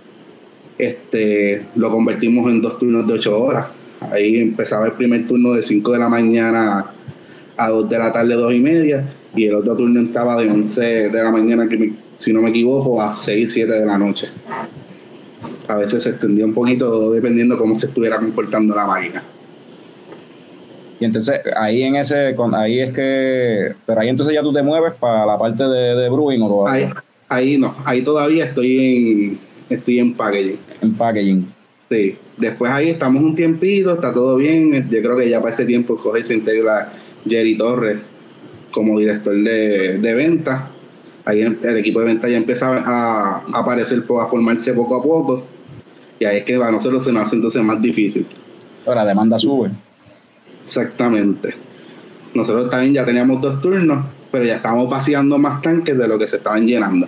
este, lo convertimos en dos turnos de ocho horas. Ahí empezaba el primer turno de cinco de la mañana a dos de la tarde, dos y media, y el otro turno estaba de once de la mañana, que me, si no me equivoco, a seis, siete de la noche. A veces se extendía un poquito dependiendo cómo se estuviera comportando la máquina. Y entonces ahí en ese, ahí es que, pero ahí entonces ya tú te mueves para la parte de, de brewing, o ahí, ahí no, ahí todavía estoy en estoy en packaging. En packaging. Sí, después ahí estamos un tiempito, está todo bien. Yo creo que ya para ese tiempo coge y se integra Jerry Torres como director de, de venta. Ahí el, el equipo de venta ya empieza a, a aparecer, a formarse poco a poco, y ahí es que a nosotros se nos hace entonces más difícil. Pero la demanda sube. Exactamente. nosotros también ya teníamos dos turnos, pero ya estábamos vaciando más tanques de lo que se estaban llenando.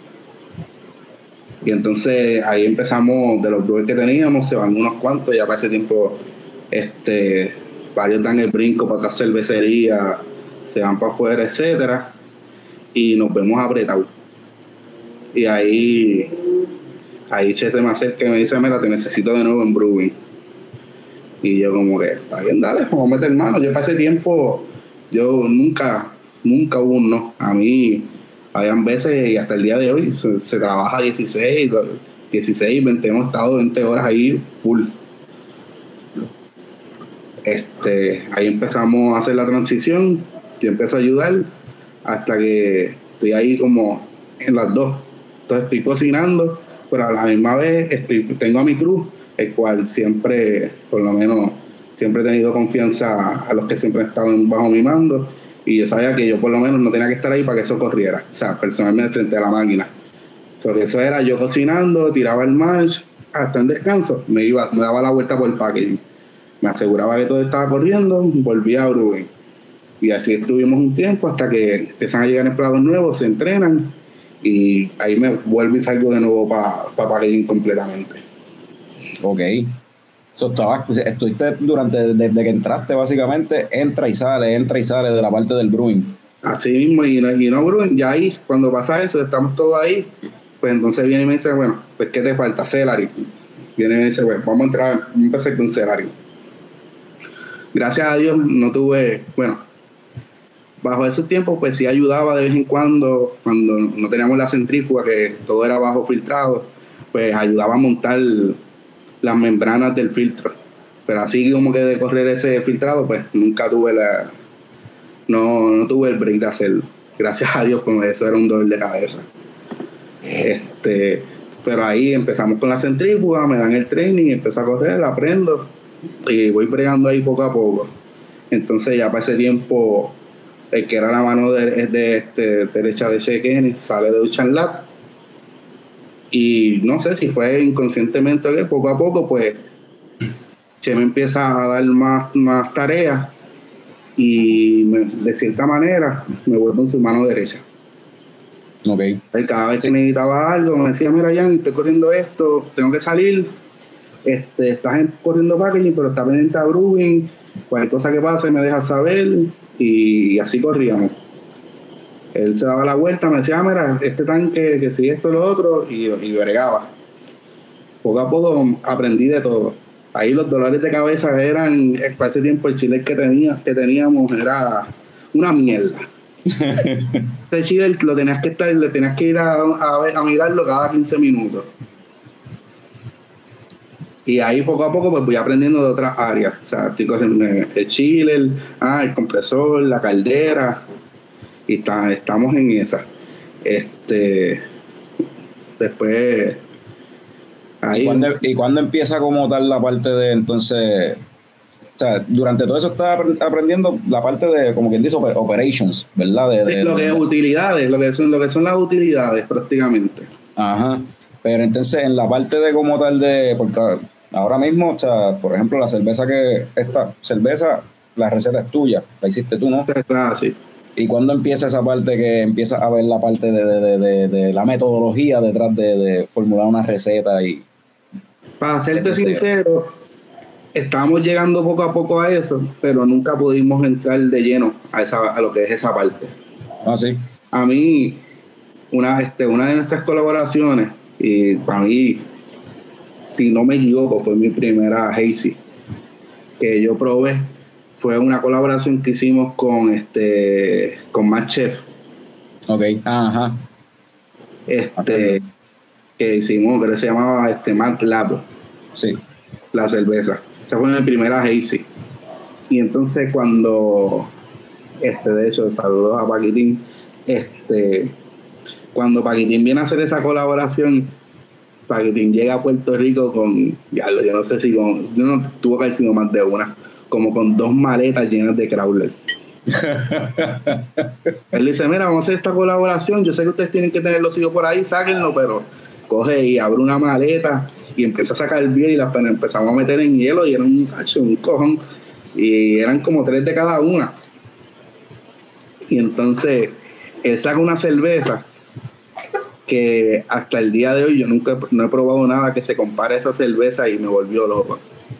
Y entonces ahí empezamos, de los brewers que teníamos, se van unos cuantos, ya para ese tiempo este, varios dan el brinco para otras cervecerías, se van para afuera, etcétera, y nos vemos apretados. Y ahí, ahí Che se me acerca y me dice, mira, te necesito de nuevo en brewing. Y yo como que, está bien, dale, vamos a meter mano. Yo para ese tiempo, yo nunca, nunca hubo un no. A mí, habían veces, y hasta el día de hoy, se, se trabaja dieciséis, dieciséis, veinte, hemos estado veinte horas ahí full. Este, ahí empezamos a hacer la transición, yo empecé a ayudar, hasta que estoy ahí como en las dos. Entonces estoy cocinando, pero a la misma vez estoy, tengo a mi crew, el cual siempre, por lo menos, siempre he tenido confianza a los que siempre han estado bajo mi mando, y yo sabía que yo por lo menos no tenía que estar ahí para que eso corriera, o sea, personalmente frente a la máquina. Sobre eso era yo cocinando, tiraba el match, hasta en descanso, me iba, me daba la vuelta por el packaging, me aseguraba que todo estaba corriendo, volvía a brewing. Y así estuvimos un tiempo hasta que empiezan a llegar empleados nuevos, se entrenan, y ahí me vuelvo y salgo de nuevo para pa packaging completamente. Ok. So, estabas, estuviste durante, desde que entraste básicamente, entra y sale, entra y sale de la parte del brewing. Así mismo, y no, y no brewing, ya ahí, cuando pasa eso, estamos todos ahí, pues entonces viene y me dice, bueno, pues ¿qué te falta? Celery. Viene y me dice, bueno, vamos a entrar, vamos a empezar con Celery. Gracias a Dios no tuve, bueno, bajo esos tiempos pues sí ayudaba de vez en cuando, cuando no teníamos la centrífuga, que todo era bajo filtrado, pues ayudaba a montar las membranas del filtro, pero así como que de correr ese filtrado pues nunca tuve la no, no tuve el break de hacerlo, gracias a Dios, como eso era un dolor de cabeza. Este, pero ahí empezamos con la centrífuga, me dan el training, empiezo a correr, aprendo y voy bregando ahí poco a poco. Entonces ya para ese tiempo el que era la mano de, de este, derecha de Che Kenneth sale de Ocean Lab, y no sé si fue inconscientemente o qué, poco a poco pues Che me empieza a dar más, más tareas, y me, de cierta manera me vuelvo en su mano derecha. Okay. Cada vez que necesitaba algo me decía, mira Jan, estoy corriendo esto, tengo que salir, este, estás corriendo packaging pero está pendiente a brewing, cualquier cosa que pase me deja saber, y, y así corríamos. Él se daba la vuelta, me decía, mira, este tanque, que si esto, lo otro, y, y bregaba. Poco a poco aprendí de todo. Ahí los dolores de cabeza eran, para ese tiempo el chile que, tenía, que teníamos era una mierda. Ese chile lo tenías que estar, le tenías que ir a, a, a mirarlo cada quince minutos. Y ahí poco a poco pues voy aprendiendo de otras áreas. O sea, estoy cogiendo el chiller, ah, el compresor, la caldera, y está, estamos en esa. Este, después ahí. ¿Y cuándo, ¿Y cuándo empieza como tal la parte de entonces? O sea, durante todo eso estás aprendiendo la parte de, como quien dice, operations, ¿verdad? De, de, lo que de, es utilidades, lo que son, lo que son las utilidades prácticamente. Ajá. Pero entonces en la parte de como tal de, porque ahora mismo, o sea, por ejemplo, la cerveza que, esta cerveza, la receta es tuya, la hiciste tú, ¿no? Ah, sí. ¿Y cuándo empieza esa parte que empiezas a ver la parte de, de, de, de, de la metodología detrás de, de formular una receta? Y para serte sincero, estábamos llegando poco a poco a eso, pero nunca pudimos entrar de lleno a, esa, a lo que es esa parte. Ah, sí. A mí, una, este, una de nuestras colaboraciones, y para mí, si no me equivoco, fue mi primera Hazy que yo probé. Fue una colaboración que hicimos con este con Mad Chef. Ok, ajá. Este, que hicimos, que se llamaba este Mad Lab. Sí. La cerveza. Esa fue mi primera Hazy. Y entonces cuando, este, de hecho, saludos a Paquitín, este, cuando Paquitín viene a hacer esa colaboración, Paquitín llega a Puerto Rico con, ya yo no sé si con, yo no tuvo que haber sido más de una, como con dos maletas llenas de crawler. Él dice, mira, vamos a hacer esta colaboración, yo sé que ustedes tienen que tener los hijos por ahí, sáquenlo, pero coge y abre una maleta y empieza a sacar el beer, y las empezamos a meter en hielo, y era un, un cojón, y eran como tres de cada una. Y entonces él saca una cerveza que hasta el día de hoy yo nunca no he probado nada que se compare a esa cerveza y me volvió loco.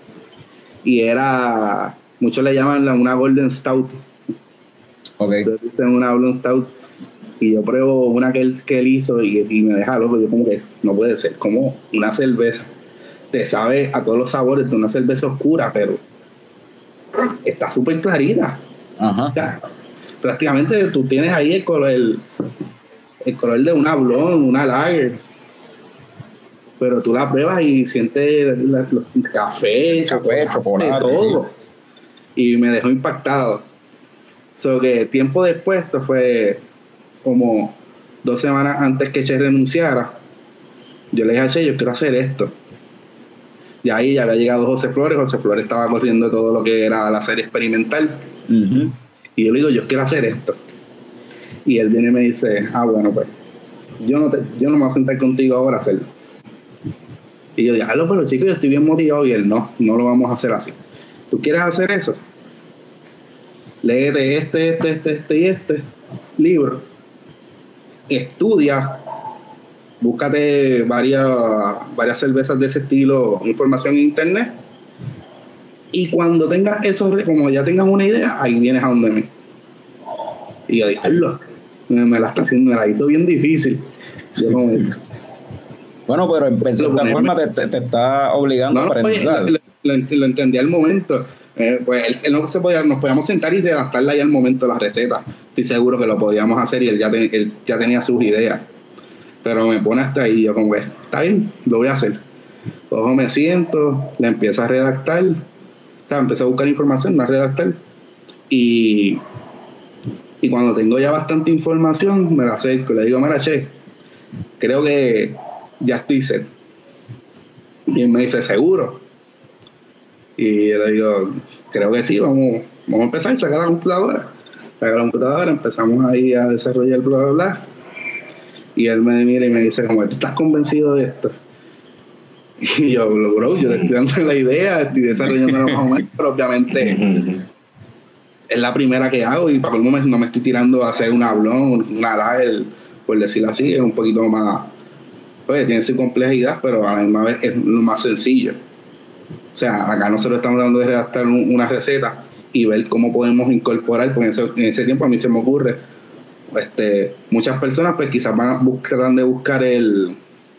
Y era, muchos le llaman una Golden Stout. Ok. Entonces dicen una Golden Stout y yo pruebo una que él, que él hizo y, y me deja loco. Yo como que no puede ser, como una cerveza. Te sabe a todos los sabores de una cerveza oscura, pero está súper clarita. Ajá. O sea, prácticamente tú tienes ahí el color, el, el color de una blonde, una lager, pero tú la pruebas y sientes la, los café, Café, chocolate, todo. Sí. Y me dejó impactado. So que tiempo después, esto fue como dos semanas antes que Che renunciara, yo le dije a Che, yo quiero hacer esto. Y ahí ya había llegado José Flores. José Flores estaba corriendo todo lo que era la serie experimental. Uh-huh. Y yo le digo, yo quiero hacer esto. Y él viene y me dice, ah, bueno, pues yo no, te, yo no me voy a sentar contigo ahora a hacerlo. Y yo digo, pero chicos, yo estoy bien motivado. Y él, no, no lo vamos a hacer así. ¿Tú quieres hacer eso? Léete este, este, este, este y este libro. Estudia. Búscate varias, varias cervezas de ese estilo, información en internet. Y cuando tengas eso, como ya tengas una idea, ahí vienes a donde mí. Y yo dije, me, me la está haciendo, me la hizo bien difícil. Yo como, bueno, pero en cierta forma te, te, te está obligando no, a aprender. Oye, lo, lo, lo entendí al momento. Eh, pues él, él no se podía, nos podíamos sentar y redactarla ahí al momento la receta. Estoy seguro que lo podíamos hacer y él ya, ten, él ya tenía sus ideas. Pero me pone hasta ahí, yo como que, está bien, lo voy a hacer. Luego me siento, le empiezo a redactar, o sea, empecé a buscar información, a redactar. Y, y cuando tengo ya bastante información, me la acerco, le digo, mira, Che, creo que ya estoy set. Y él me dice, ¿seguro? Y yo le digo, creo que sí, vamos, vamos a empezar a sacar la computadora. Sacar la computadora, empezamos ahí a desarrollar bla, bla, bla. Y él me mira y me dice, como, ¿tú estás convencido de esto? Y yo, bro, yo estoy dando la idea, estoy desarrollando más o menos, pero obviamente es la primera que hago y para el momento no me estoy tirando a hacer una blonde, una lager, por decirlo así, es un poquito más, pues tiene su complejidad, pero a la misma vez es lo más sencillo. O sea, acá nosotros estamos dando de redactar un, una receta y ver cómo podemos incorporar, porque en ese, en ese tiempo a mí se me ocurre, este, muchas personas pues quizás van a buscar de buscar el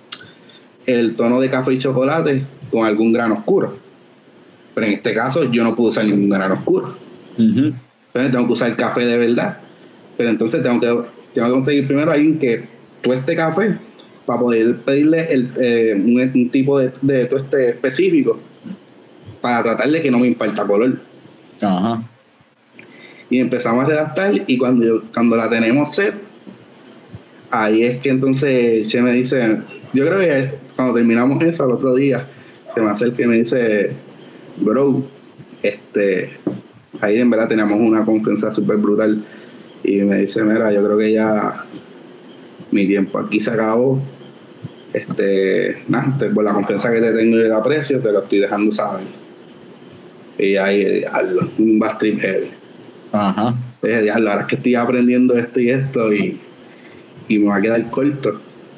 el tono de café y chocolate con algún grano oscuro, pero en este caso yo no puedo usar ningún grano oscuro. Uh-huh. Entonces tengo que usar café de verdad, pero entonces tengo que, tengo que conseguir primero a alguien que tueste café para poder pedirle el, eh, un, un tipo de, de tueste específico para tratar de que no me imparta color. Ajá. Uh-huh. Y empezamos a redactar y cuando, yo, cuando la tenemos set, ahí es que entonces Che me dice, yo creo que cuando terminamos eso al otro día, se me acerca y me dice, bro, este, ahí en verdad teníamos una confianza súper brutal y me dice, mira, yo creo que ya mi tiempo aquí se acabó, este, nada, por la confianza que te tengo y el aprecio, te lo estoy dejando saber. Y ahí, diablo, un bad trip heavy. Ajá. Dije, diablo, ahora es que estoy aprendiendo esto y esto y, y me va a quedar corto.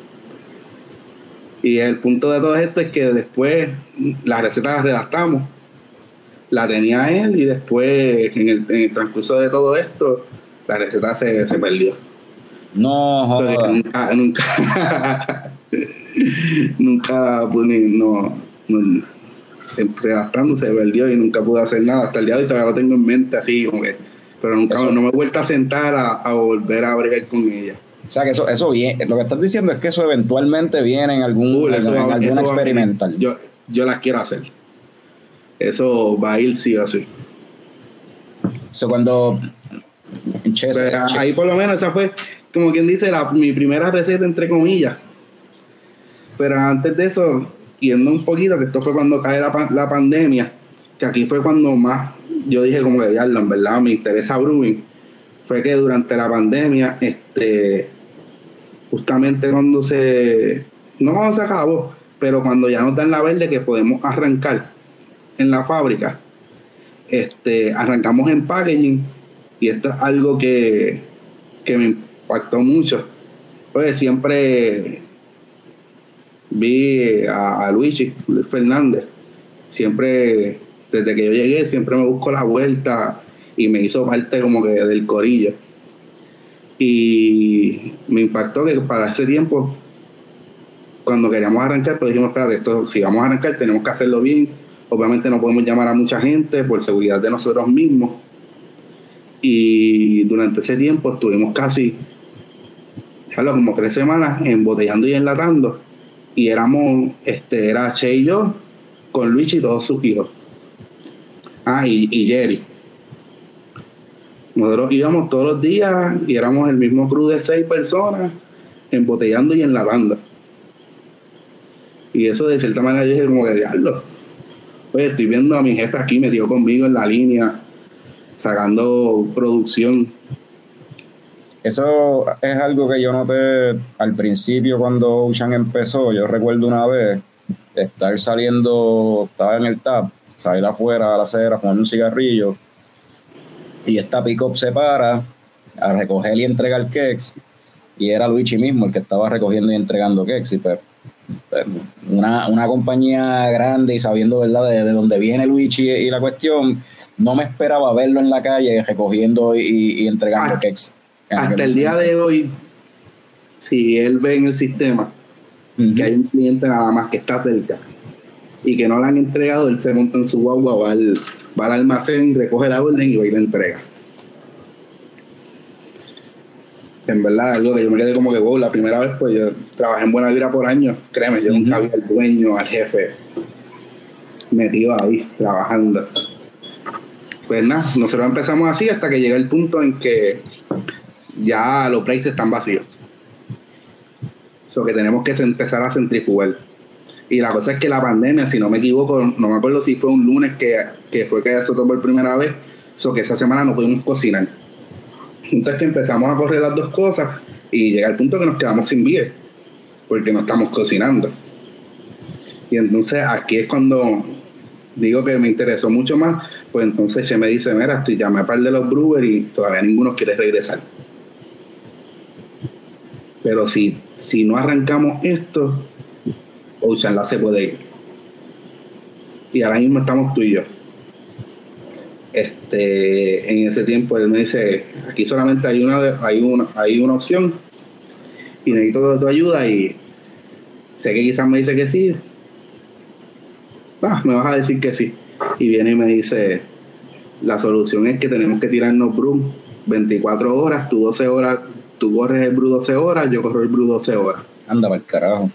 Y el punto de todo esto es que después la receta la redactamos, la tenía él y después en el, en el transcurso de todo esto la receta se, se perdió. No, joder. Nunca, nunca, nunca pude, no, no, redactando se perdió y nunca pude hacer nada. Hasta el día de hoy todavía lo tengo en mente así, como que, pero nunca eso, no me he vuelto a sentar a, a volver a bregar con ella. O sea que eso, eso viene, lo que estás diciendo es que eso eventualmente viene en algún uh, eso, en, en alguna experimental. Yo, yo las quiero hacer. Eso va a ir sí o sí. O sea, cuando che, Pero che. ahí por lo menos esa fue, como quien dice, la, mi primera receta entre comillas. Pero antes de eso, yendo un poquito, que esto fue cuando cae la, la pandemia, que aquí fue cuando más yo dije como que diablo, en verdad me interesa brewing. Fue que durante la pandemia, este, justamente cuando se, no cuando se acabó, pero cuando ya nos dan la verde que podemos arrancar en la fábrica, este, arrancamos en packaging y esto es algo que, que me impactó mucho. Pues siempre vi a, a Luigi, Luis Fernández. Siempre, desde que yo llegué, siempre me busco la vuelta y me hizo parte como que del corillo. Y me impactó que para ese tiempo, cuando queríamos arrancar, pues dijimos, espérate, esto, si vamos a arrancar tenemos que hacerlo bien. Obviamente no podemos llamar a mucha gente por seguridad de nosotros mismos. Y durante ese tiempo estuvimos casi, como tres semanas embotellando y enlatando. Y éramos, este, era Che y yo, con Luigi y todos sus hijos. Ah, y, y Jerry. Nosotros íbamos todos los días y éramos el mismo crew de seis personas embotellando y enlatando. Y eso de cierta manera yo dije como que diablo. Oye, estoy viendo a mi jefe aquí metido conmigo en la línea, sacando producción. Eso es algo que yo noté al principio cuando Ocean empezó. Yo recuerdo una vez estar saliendo, estaba en el tap, salir afuera a la acera, fumando un cigarrillo, y esta pick-up se para a recoger y entregar queques, y era Luigi mismo el que estaba recogiendo y entregando queques. Y pues, una, una compañía grande y sabiendo, ¿verdad?, de, de dónde viene Luigi y, y la cuestión, no me esperaba verlo en la calle recogiendo y, y entregando queques. Hasta el día de hoy, si él ve en el sistema uh-huh. que hay un cliente nada más que está cerca y que no le han entregado, él se monta en su guagua, va al, va al almacén, recoge la orden y va y la entrega. En verdad, algo que yo me quedé como que, wow, la primera vez, pues yo trabajé en Buena Vibra por años, créeme, yo uh-huh. nunca vi al dueño, al jefe metido ahí, trabajando. Pues nada, nosotros empezamos así hasta que llega el punto en que ya los breaks están vacíos. So que tenemos que empezar a centrifugar. Y la cosa es que la pandemia, si no me equivoco, no me acuerdo si fue un lunes que, que fue que azotó por primera vez, so que esa semana no pudimos cocinar. Entonces que empezamos a correr las dos cosas y llega el punto que nos quedamos sin beer porque no estamos cocinando. Y entonces aquí es cuando digo que me interesó mucho más. Pues entonces Che me dice, mira, estoy llamé a par de los brewers y todavía ninguno quiere regresar. Pero si, si no arrancamos esto, Ocean la se puede ir. Y ahora mismo estamos tú y yo. Este, en ese tiempo él me dice, aquí solamente hay una, hay una, hay una opción y necesito de tu ayuda, y sé que quizás me dice que sí. Ah, me vas a decir que sí. Y viene y me dice, la solución es que tenemos que tirarnos brew veinticuatro horas, tú doce horas, tú corres el brew doce horas, yo corro el brew doce horas. Anda para el carajo.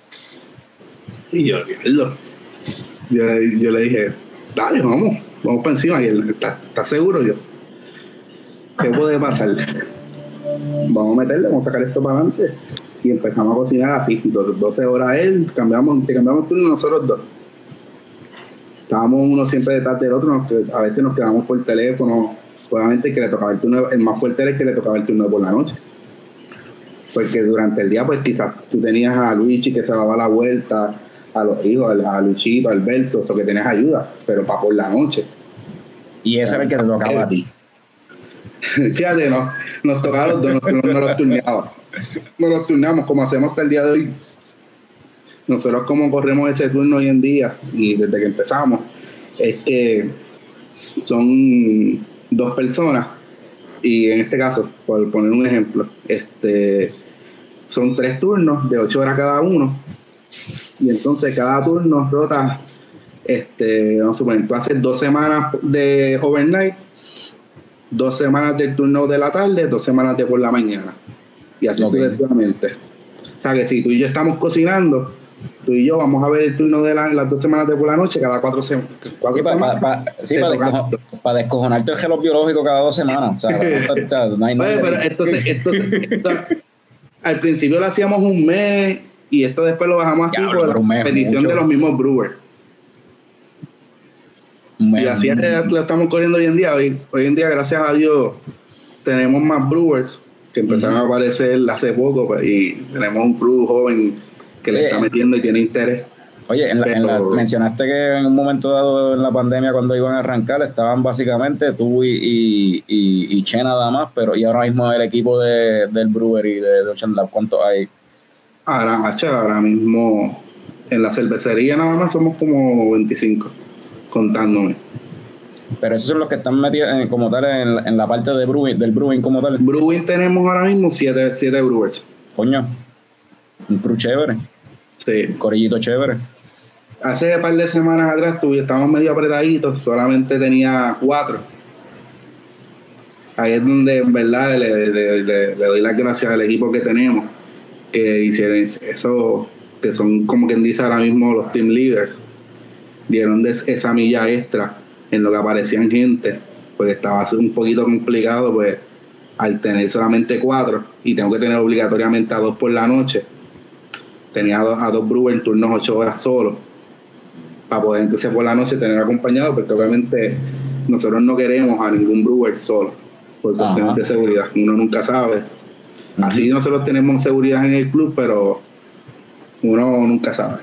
Y yo, yo, yo, yo le dije, dale, vamos, vamos para encima. Y él, ¿estás está seguro? Yo, ¿qué puede pasar? Vamos a meterle, vamos a sacar esto para adelante. Y empezamos a cocinar así, doce horas él, cambiamos, te cambiamos turno nosotros dos. Estábamos uno siempre detrás del otro, nos, a veces nos quedamos por teléfono. Obviamente el que le tocaba el turno, el más fuerte era el que le tocaba el turno por la noche. Porque durante el día, pues quizás tú tenías a Luigi que se daba la vuelta, a los hijos, a Luchito, a Alberto, eso que tenías ayuda, pero para por la noche. Y ese era el que te tocaba eh, a ti. Fíjate, no, nos tocaba los dos, no, no, no los turneábamos. No los turneamos como hacemos hasta el día de hoy. Nosotros como corremos ese turno hoy en día y desde que empezamos es que son dos personas, y en este caso, por poner un ejemplo, este son tres turnos de ocho horas cada uno, y entonces cada turno rota, este, vamos a suponer, tú haces dos semanas de overnight, dos semanas del turno de la tarde, dos semanas de por la mañana, y así okay. sucesivamente. O sea que si tú y yo estamos cocinando, tú y yo vamos a ver el turno de la, las dos semanas de por la noche cada cuatro, sem- cuatro sí, semanas. Pa, pa, sí, para descojo, pa descojonarte el reloj biológico cada dos semanas. O sea, no hay Oye, pero entonces, entonces esto, al principio lo hacíamos un mes y esto después lo bajamos así ya, por la petición de los mismos brewers. Y así es que lo estamos corriendo hoy en día. Hoy, hoy en día, gracias a Dios, tenemos más brewers que empezaron uh-huh. a aparecer hace poco, pues, y tenemos un brew joven que le eh, está metiendo y tiene interés. Oye, en la, en la, mencionaste que en un momento dado en la pandemia, cuando iban a arrancar, estaban básicamente tú y, y, y, y Che nada más, pero y ahora mismo el equipo de, del Brewery de, de Ocean Lab, ¿cuántos hay? Ahora, ahora mismo en la cervecería nada más somos como veinticinco, contándome. Pero esos son los que están metidos en, como tal en, en la parte de brewing, del brewing como tal. Brewing tenemos ahora mismo siete, siete brewers. Coño, un crew chévere. Sí. Un corillito chévere. Hace un par de semanas atrás tuve, estábamos medio apretaditos, solamente tenía cuatro. Ahí es donde en verdad le, le, le, le doy las gracias al equipo que tenemos, que hicieron eso, que son como quien dice ahora mismo los team leaders, dieron de esa milla extra en lo que aparecían gente, porque estaba un poquito complicado, pues al tener solamente cuatro y tengo que tener obligatoriamente a dos por la noche, tenía a dos, a dos brewers en turnos ocho horas solo, para poder entonces por la noche tener acompañado, porque obviamente nosotros no queremos a ningún brewer solo, por cuestiones de seguridad, uno nunca sabe. Uh-huh. Así nosotros tenemos seguridad en el club, pero uno nunca sabe.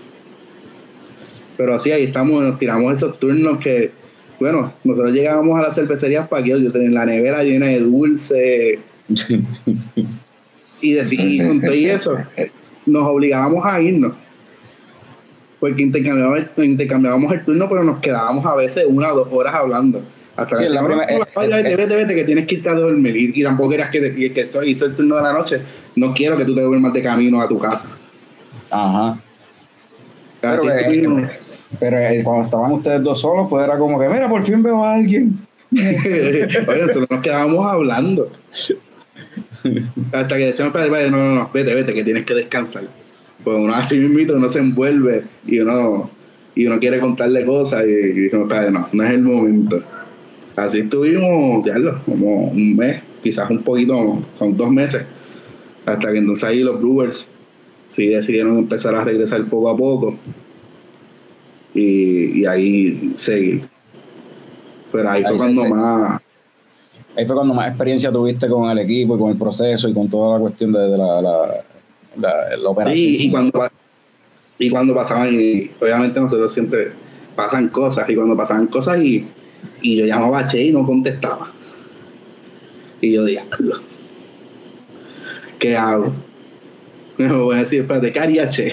Pero así ahí estamos, nos tiramos esos turnos que, bueno, nosotros llegábamos a la cervecería para que yo tenía la nevera llena de dulce y decir, y con todo y eso, nos obligábamos a irnos. Porque intercambiábamos, intercambiábamos el turno, pero nos quedábamos a veces una o dos horas hablando. Hasta sí, que la primera, no, vaya, vete, vete, vete, que tienes que irte a dormir. Y, y tampoco eras que, que, que esto hizo el turno de la noche. No quiero que tú te duermas de camino a tu casa. Ajá. Pero, eh, pero eh, cuando estaban ustedes dos solos, pues era como que, mira, por fin veo a alguien. Oye, nosotros nos quedábamos hablando. Hasta que decíamos, no, no, no, vete, vete, que tienes que descansar. Pues uno así mismito, uno se envuelve y uno, y uno quiere contarle cosas y, y dijimos, no, no es el momento. Así estuvimos, ya lo, como un mes, quizás un poquito, con dos meses, hasta que entonces ahí los Brewers sí decidieron empezar a regresar poco a poco y, y ahí seguir. Pero ahí, ahí fue cuando sí, más... Ahí fue cuando más experiencia tuviste con el equipo y con el proceso y con toda la cuestión de, de la... la La, la operación. Sí, y cuando, y cuando pasaban, y obviamente nosotros siempre pasan cosas, y cuando pasaban cosas y, y yo llamaba a Che y no contestaba. Y yo dije, ¿qué hago? Me voy a decir, espérate, ¿qué haría Che?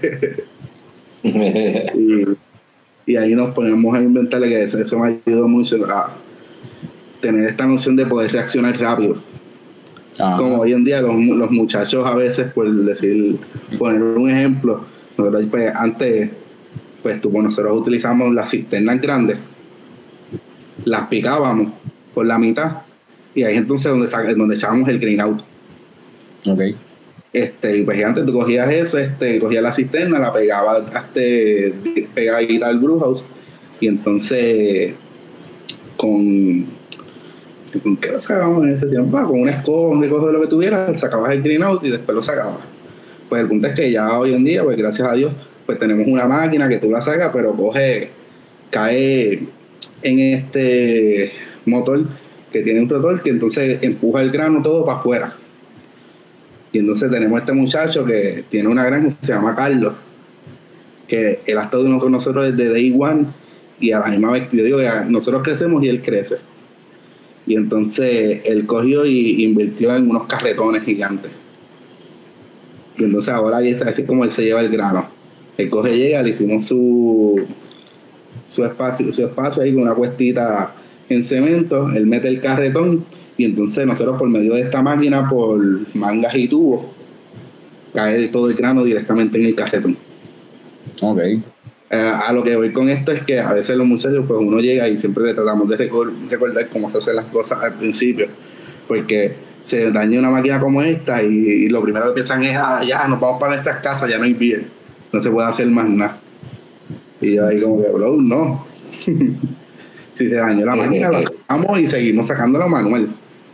y, y ahí nos ponemos a inventarle que eso, eso me ayudó mucho a tener esta noción de poder reaccionar rápido. Ajá. Como hoy en día los, los muchachos a veces, por decir, poner un ejemplo, nosotros pues, antes, pues tú, bueno, nosotros utilizamos las cisternas grandes, las picábamos por la mitad y ahí entonces donde, donde echábamos el green out. Okay. Este, y pues antes tú cogías eso, este, cogías la cisterna, la pegabas este, pegadita al brew house y entonces con ¿con qué lo sacábamos en ese tiempo? Con una escoba, un recojo de lo que tuvieras, sacabas el green out y después lo sacabas. Pues el punto es que ya hoy en día, pues gracias a Dios, pues tenemos una máquina que tú la sacas, pero coge, cae en este motor que tiene un rotor que entonces empuja el grano todo para afuera. Y entonces tenemos este muchacho que tiene una granja que se llama Carlos, que él ha estado con nosotros desde day one y a la misma vez, yo digo que nosotros crecemos y él crece. Y entonces él cogió y invirtió en unos carretones gigantes. Y entonces ahora es así como él se lleva el grano. Él coge, llega, le hicimos su, su, espacio, su espacio ahí con una cuestita en cemento. Él mete el carretón y entonces nosotros por medio de esta máquina, por mangas y tubos, cae todo el grano directamente en el carretón. Ok. Uh, a lo que voy con esto es que a veces los muchachos, pues uno llega y siempre le tratamos de recor- recordar cómo se hacen las cosas al principio, porque se daña una máquina como esta y, y lo primero que piensan es, ah, ya, nos vamos para nuestras casas, ya no hay beer, no se puede hacer más nada. Y yo ahí como que, bro, no. Si se dañó la máquina, la sacamos y seguimos sacándola manual.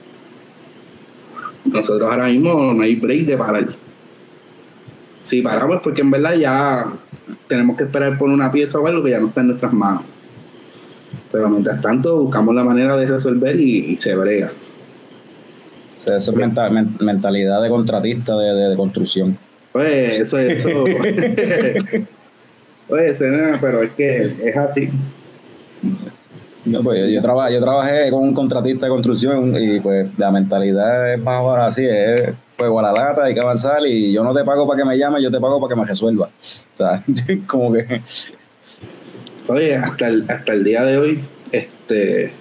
Nosotros ahora mismo no hay break de parar. Si paramos porque en verdad ya tenemos que esperar por una pieza o algo que ya no está en nuestras manos. Pero mientras tanto buscamos la manera de resolver y, y se brega. O sea, eso es mental, men, mentalidad de contratista de, de, de construcción. Pues eso, eso. Oye, Serena, pero es que es así. No, pues yo, yo, traba, yo trabajé con un contratista de construcción y pues la mentalidad es más o menos así, es fuego a la lata, hay que avanzar y yo no te pago para que me llames, yo te pago para que me resuelva. O sea, como que... Oye, hasta el, hasta el día de hoy, este...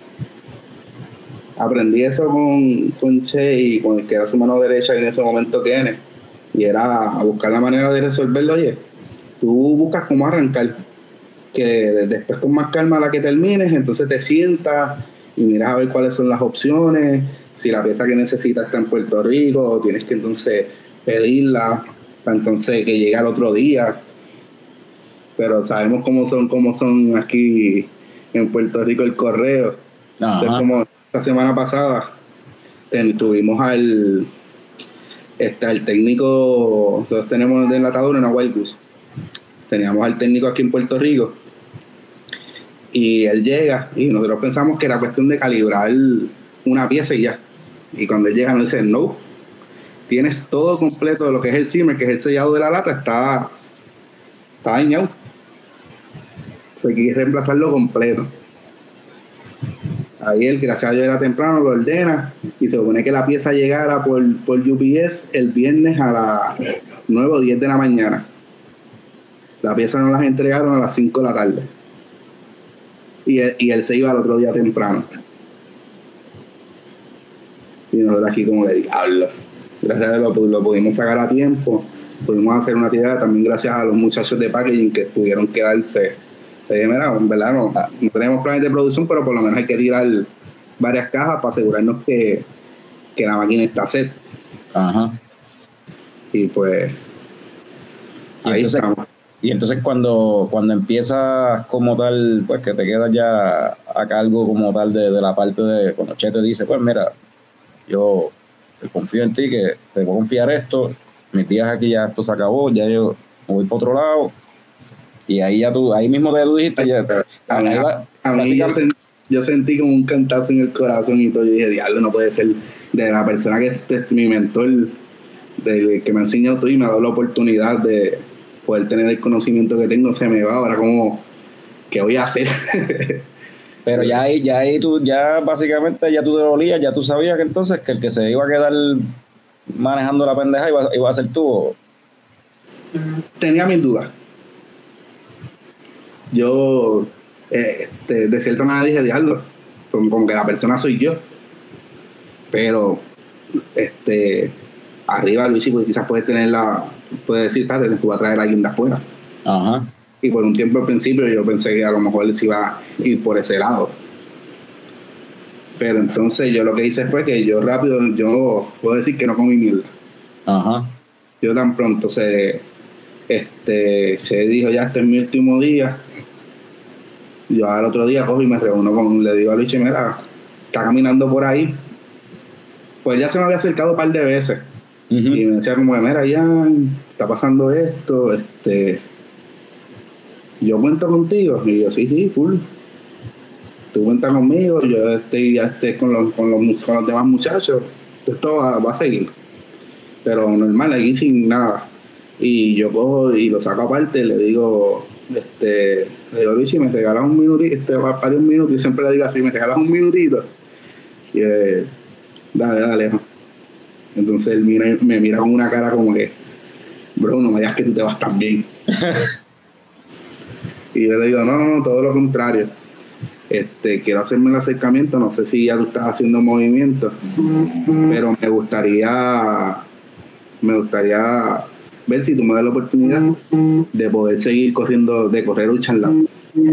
aprendí eso con, con Che y con el que era su mano derecha en ese momento Kenneth, y era a buscar la manera de resolverlo. Oye, tú buscas cómo arrancar, que después con más calma a la que termines, entonces te sientas y miras a ver cuáles son las opciones, si la pieza que necesitas está en Puerto Rico, tienes que entonces pedirla para entonces que llegue al otro día. Pero sabemos cómo son, cómo son aquí en Puerto Rico el correo. Entonces, como la semana pasada tuvimos al este, al técnico, nosotros tenemos de enlatador en Wild Goose, teníamos al técnico aquí en Puerto Rico y él llega y nosotros pensamos que era cuestión de calibrar una pieza y ya, y cuando él llega nos dice no, tienes todo completo de lo que es el simmer, que es el sellado de la lata, está está dañado, o sea, hay que reemplazarlo completo. Ahí él, gracias a Dios era temprano, lo ordena y se supone que la pieza llegara por, por U P S el viernes a las nueve o diez de la mañana. La pieza nos las entregaron a las cinco de la tarde. Y él, y él se iba al otro día temprano. Y nosotros aquí como de diablo. Gracias a Dios lo, lo pudimos sacar a tiempo. Pudimos hacer una tirada también gracias a los muchachos de packaging que tuvieron que darse... Eh, mira, en verdad no, no tenemos planes de producción, pero por lo menos hay que tirar varias cajas para asegurarnos que, que la máquina está set. Ajá. Y pues y ahí entonces, estamos. Y entonces cuando, cuando empiezas como tal, pues que te quedas ya a cargo como tal de, de la parte de cuando Che te dice, pues mira, yo confío en ti, que te voy a confiar esto, mis días aquí ya esto se acabó, ya yo me voy para otro lado. Y ahí ya tú, ahí mismo te lo dijiste, ya, a, ahí a, va, a mí yo, sen, yo sentí como un cantazo en el corazón y todo. Yo dije, diablo, no puede ser de la persona que es mi mentor, de, que me ha enseñado todo y me ha dado la oportunidad de poder tener el conocimiento que tengo, se me va ahora como, ¿qué voy a hacer? Pero ya ahí, ya ahí tú, ya básicamente ya tú te lo olías, ya tú sabías que entonces que el que se iba a quedar manejando la pendeja iba, iba a ser tú. ¿O? Tenía mis dudas. Yo eh, este, de cierta manera dije, diablo, como, como que la persona soy yo, pero este arriba Luigi pues, quizás puede tener la puede decir, espérate, tú vas a traer a alguien de afuera. Ajá. Y por un tiempo al principio yo pensé que a lo mejor él se iba a ir por ese lado, pero entonces yo lo que hice fue que yo rápido, yo puedo decir que no comí mierda. Ajá. Yo tan pronto se este se dijo, ya este es mi último día, yo al otro día cojo y me reúno con, le digo a Luis, mira, está caminando por ahí, pues ya se me había acercado un par de veces. Uh-huh. Y me decía como, mira, ya está pasando esto, este yo cuento contigo, y yo sí, sí, full, tú cuentas conmigo, yo estoy ya sé con los, con los, con los demás muchachos, esto va, va a seguir, pero normal, aquí sin nada. Y yo cojo y lo saco aparte, le digo, este, le digo, Luis, me regalas un minutito, este, para un minuto, y siempre le digo así, me regalas un minutito, y eh, dale, dale. Entonces él mira, me mira con una cara como que, bro, no me digas que tú te vas tan bien. Y yo le digo, no, no, todo lo contrario. Este, quiero hacerme el acercamiento, no sé si ya tú estás haciendo movimientos, pero me gustaría, me gustaría ver si tú me das la oportunidad de poder seguir corriendo, de correr Ocean Lab.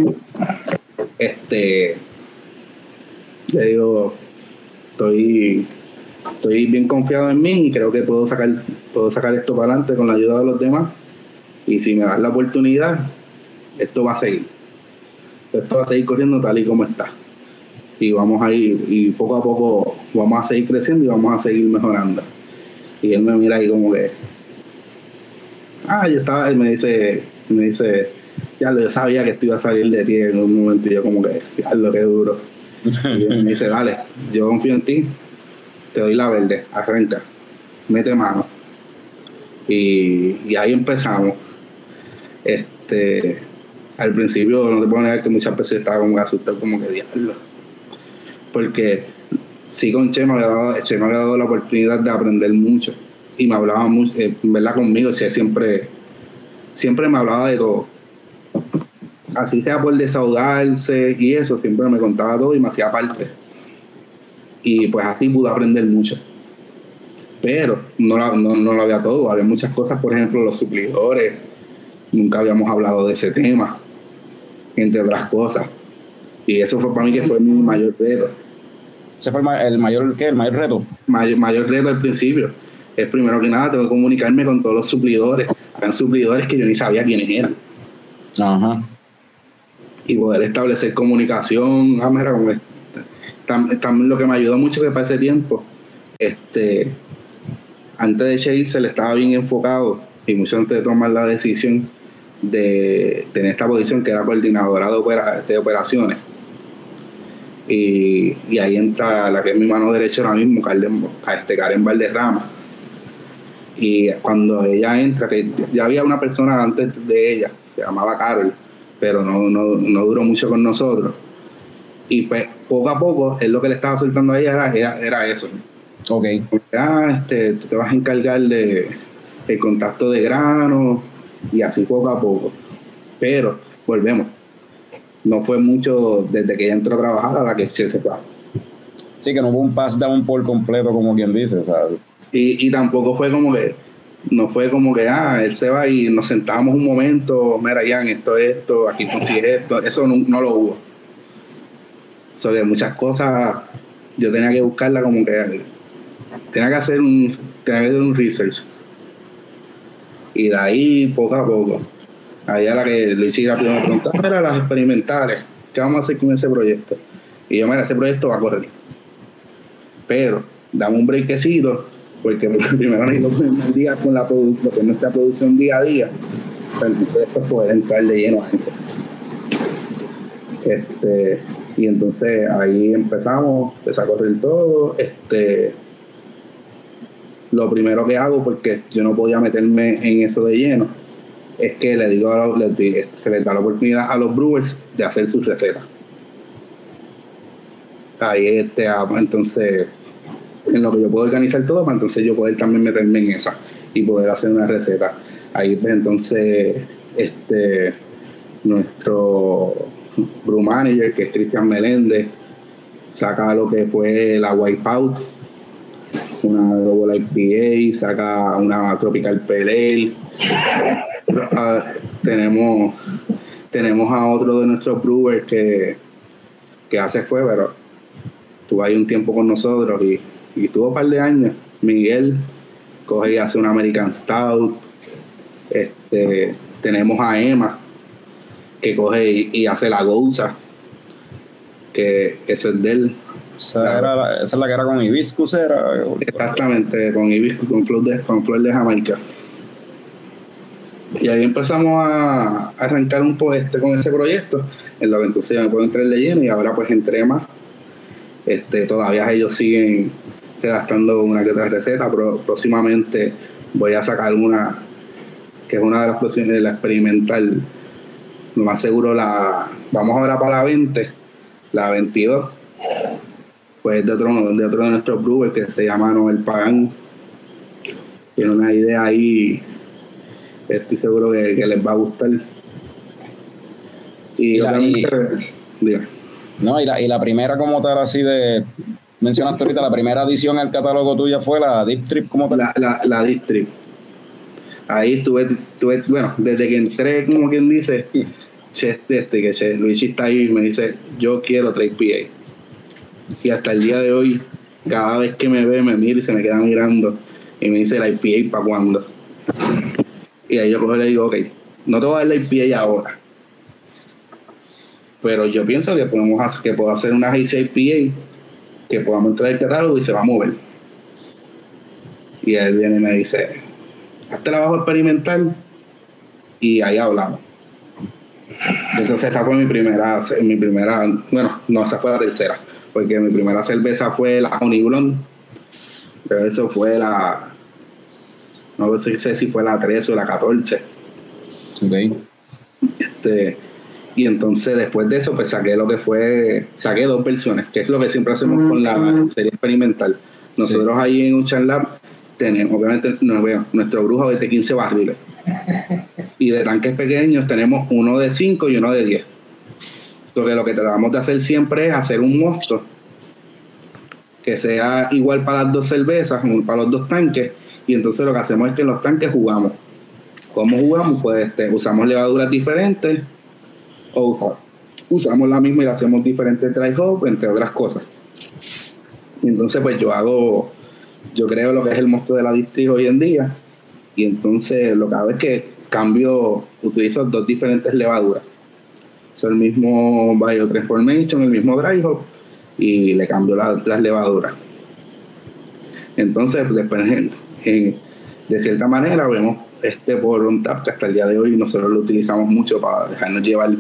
Este, le digo, estoy, estoy bien confiado en mí y creo que puedo sacar, puedo sacar esto para adelante con la ayuda de los demás. Y si me das la oportunidad, esto va a seguir. Esto va a seguir corriendo tal y como está. Y vamos a ir, y poco a poco vamos a seguir creciendo y vamos a seguir mejorando. Y él me mira ahí como que, ah, yo estaba, él me dice, me dice, ya yo sabía que esto iba a salir de ti en un momento, y yo como que, ya lo que duro. Y él me dice, dale, yo confío en ti, te doy la verde, arranca, mete mano. Y, y ahí empezamos. Este, este, al principio no te puedo negar que muchas veces estaba como asustado, como que diablo. Porque sí, con Che me había dado, Che me había dado la oportunidad de aprender mucho. Y me hablaba mucho, eh, ¿verdad? Conmigo, Che siempre, siempre me hablaba de todo. Así sea por desahogarse y eso, siempre me contaba todo y me hacía parte. Y pues así pude aprender mucho. Pero no, no, no lo había todo. Había muchas cosas, por ejemplo, los suplidores. Nunca habíamos hablado de ese tema, entre otras cosas. Y eso fue para mí que fue mi mayor reto. ¿Ese fue el, ma- el mayor, ¿qué? El mayor reto? Mayor, mayor reto al principio. Es primero que nada, tengo que comunicarme con todos los suplidores. Habían suplidores que yo ni sabía quiénes eran. Ajá. Y poder establecer comunicación. Ah, mira, como tam, tam, lo que me ayudó mucho que para ese tiempo, este, antes de Che se le estaba bien enfocado, y mucho antes de tomar la decisión de tener esta posición que era coordinadora de, opera, de operaciones. Y, y ahí entra la que es mi mano derecha ahora mismo, Karen, este, Karen Valderrama. Y cuando ella entra, que ya había una persona antes de ella, se llamaba Carol, pero no, no, no duró mucho con nosotros. Y pues poco a poco, él lo que le estaba soltando a ella era, era, era eso. Ok. Ah, este, tú te vas a encargar de el contacto de grano y así poco a poco. Pero volvemos. No fue mucho desde que ella entró a trabajar a la que se fue. Sí, que no hubo un pass down por completo, como quien dice, ¿sabes? Y, y tampoco fue como que, no fue como que, ah, él se va y nos sentamos un momento, mira, Ian, esto, esto, aquí consigues esto. Eso no, no lo hubo. Sobre muchas cosas, yo tenía que buscarla como que, tenía que hacer un, tenía que hacer un research. Y de ahí, poco a poco, ahí a la que Luigi rápido me preguntó, mira, las experimentales, ¿qué vamos a hacer con ese proyecto? Y yo, mira, ese proyecto va a correr. Pero, dame un breakcito, porque primero necesito ponerme al día con la produ- lo que es nuestra producción día a día, para entonces después poder entrar de lleno a eso. Este, y entonces ahí empezamos, empezó a correr todo. Este, lo primero que hago, porque yo no podía meterme en eso de lleno, es que le digo a los, les, se les da la oportunidad a los brewers de hacer sus recetas. Ahí este, entonces, en lo que yo puedo organizar todo, para entonces yo poder también meterme en esa y poder hacer una receta. Ahí pues entonces este nuestro brew manager, que es Cristian Meléndez, saca lo que fue la Wipeout, una Double I P A, saca una Tropical Pale Ale. Uh, tenemos tenemos a otro de nuestros brewers que, que hace fue, pero estuvo ahí un tiempo con nosotros y, y estuvo un par de años. Miguel coge y hace una American Stout. Este, tenemos a Emma, que coge y, y hace la Gouza, que eso es de él. Esa, la, era la, esa es la que era con hibiscus, era. Exactamente, con hibiscus, con flor de, con flor de Jamaica. Y ahí empezamos a, a arrancar un poco este, con ese proyecto, en lo que entonces ya me puedo entrar de lleno, y ahora pues entré más. Este, todavía ellos siguen redactando una que otra receta, pero próximamente voy a sacar una que es una de las próximas, de la experimental. Lo más seguro la vamos ahora para la veinte, la veintidós, pues de otro de otro de nuestros brewers que se llama Noel Pagán. Tiene una idea ahí, estoy seguro que, que les va a gustar. Y, y obviamente, y, no, y la, y la primera como tal, así de, mencionaste ahorita, la primera edición al catálogo tuya fue la Deep Trip como tal. La, la, la Deep Trip. Ahí estuve, estuve, bueno, desde que entré, como quien dice, sí. Che, este, que Che, Luigi está ahí y me dice, yo quiero tres I P A. Y hasta el día de hoy, cada vez que me ve, me mira y se me queda mirando y me dice, la I P A, ¿para cuándo? Y ahí yo cojo y le digo, ok, no te voy a dar la I P A ahora, pero yo pienso que podemos hacer, que puedo hacer una I P A que podamos entrar al catálogo y se va a mover. Y él viene y me dice, hazte la bajo experimental y ahí hablamos. Entonces esa fue mi primera, mi primera, bueno, no, esa fue la tercera, porque mi primera cerveza fue la Honey Blonde, pero eso fue la, no sé si fue la trece o la catorce. Okay. Este, y entonces después de eso, pues saqué lo que fue, saqué dos versiones, que es lo que siempre hacemos con la serie experimental. Nosotros sí. Ahí en Ocean Lab tenemos, obviamente, no, veo, nuestro brujo es de quince barriles. Y de tanques pequeños tenemos uno de cinco y uno de diez. Porque lo que tratamos de hacer siempre es hacer un mosto que sea igual para las dos cervezas, para los dos tanques, y entonces lo que hacemos es que en los tanques jugamos. ¿Cómo jugamos? Pues este, usamos levaduras diferentes, o usa, usamos la misma y la hacemos diferentes dry hop, entre otras cosas. Y entonces pues yo hago, yo creo lo que es el mosto de la distri hoy en día, y entonces lo que hago es que cambio, utilizo dos diferentes levaduras. Es el mismo Biotransformation, el mismo dry hop, y le cambio la, las levaduras. Entonces, después, en, en, de cierta manera, vemos este por un tap que hasta el día de hoy nosotros lo utilizamos mucho para dejarnos llevar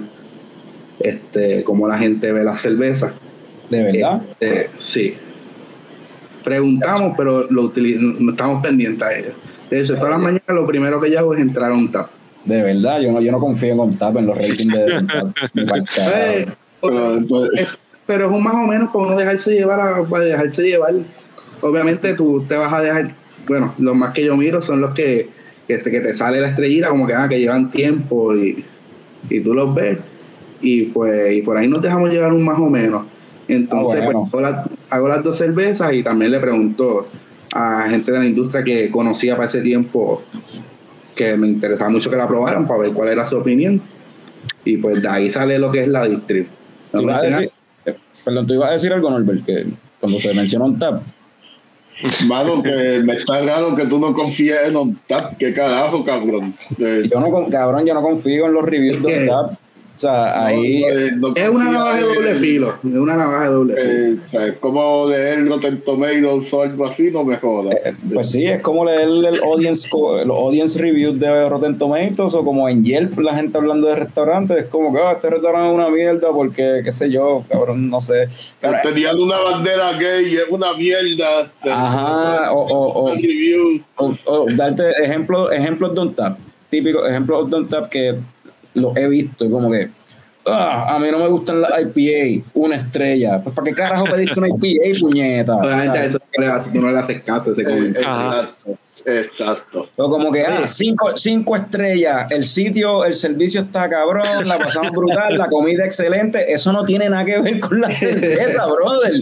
este cómo la gente ve las cervezas. ¿De verdad? Este, sí. Preguntamos, pero lo utilizamos, no estamos pendientes a ello. De hecho, todas las mañanas lo primero que yo hago es entrar a un tap. De verdad, yo no, yo no confío en OnTap, en los ratings de OnTap. eh, pero, pero es un más o menos para uno dejarse llevar, a, para dejarse llevar. Obviamente tú te vas a dejar, bueno, los más que yo miro son los que, que, que te sale la estrellita, como que, ah, que llevan tiempo y, y tú los ves. Y pues y por ahí nos dejamos llevar un más o menos. Entonces, ah, bueno. pues hago, la, hago las dos cervezas y también le pregunto a gente de la industria que conocía para ese tiempo, que me interesaba mucho que la probaran para ver cuál era su opinión, y pues de ahí sale lo que es la distrib. ¿No ibas a decir, perdón, tú ibas a decir algo, Norbert, que cuando se menciona OnTap? Mano, que me está raro que tú no confíes en OnTap. ¿Qué carajo, cabrón? Eh, yo no, cabrón, yo no confío en los reviews de OnTap. O sea, ahí... No, no es una navaja de doble filo. Es una navaja de doble filo. Eh, o sea, es como leer Rotten Tomatoes o algo así, no me jodas. Eh, pues sí, es como leer el audience, los audience reviews de Rotten Tomatoes, o como en Yelp la gente hablando de restaurantes. Es como que oh, este restaurante es una mierda porque, qué sé yo, cabrón, no sé. Cabrón, tenían una bandera gay y es una mierda. Ajá, o, o, o, o, o darte ejemplos ejemplos de OnTap. Típicos ejemplos de OnTap que lo he visto y como que ah, a mí no me gustan las I P A, una estrella. Pues ¿para qué carajo pediste una I P A, puñeta? Obviamente eso tú no le haces caso a ese comentario. Exacto, exacto. O como que ah, cinco, cinco estrellas, el sitio, el servicio está cabrón, la pasamos brutal, la comida excelente. Eso no tiene nada que ver con la cerveza, brother.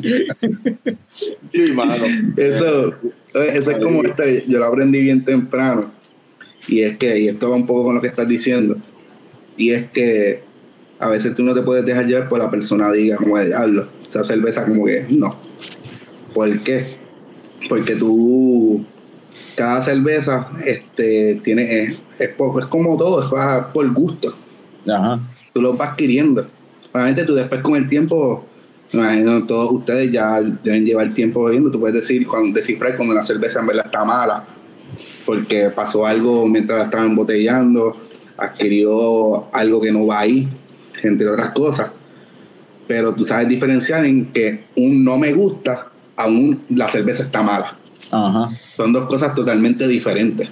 Sí, mano. Eso, eso es como este, yo lo aprendí bien temprano. Y es que, y esto va un poco con lo que estás diciendo, y es que a veces tú no te puedes dejar llevar por la persona diga como de diablo, esa cerveza como que no. ¿Por qué? Porque tú, cada cerveza este tiene, es, es, poco, es como todo, es para, por gusto. Ajá. Tú lo vas adquiriendo. Obviamente tú después con el tiempo, me imagino todos ustedes ya deben llevar tiempo bebiendo, tú puedes decir, cuando, descifrar cuando una cerveza en verdad está mala, porque pasó algo mientras la estaban embotellando, adquirió algo que no va ahí, entre otras cosas. Pero tú sabes diferenciar en que un no me gusta a un la cerveza está mala. Ajá. Son dos cosas totalmente diferentes.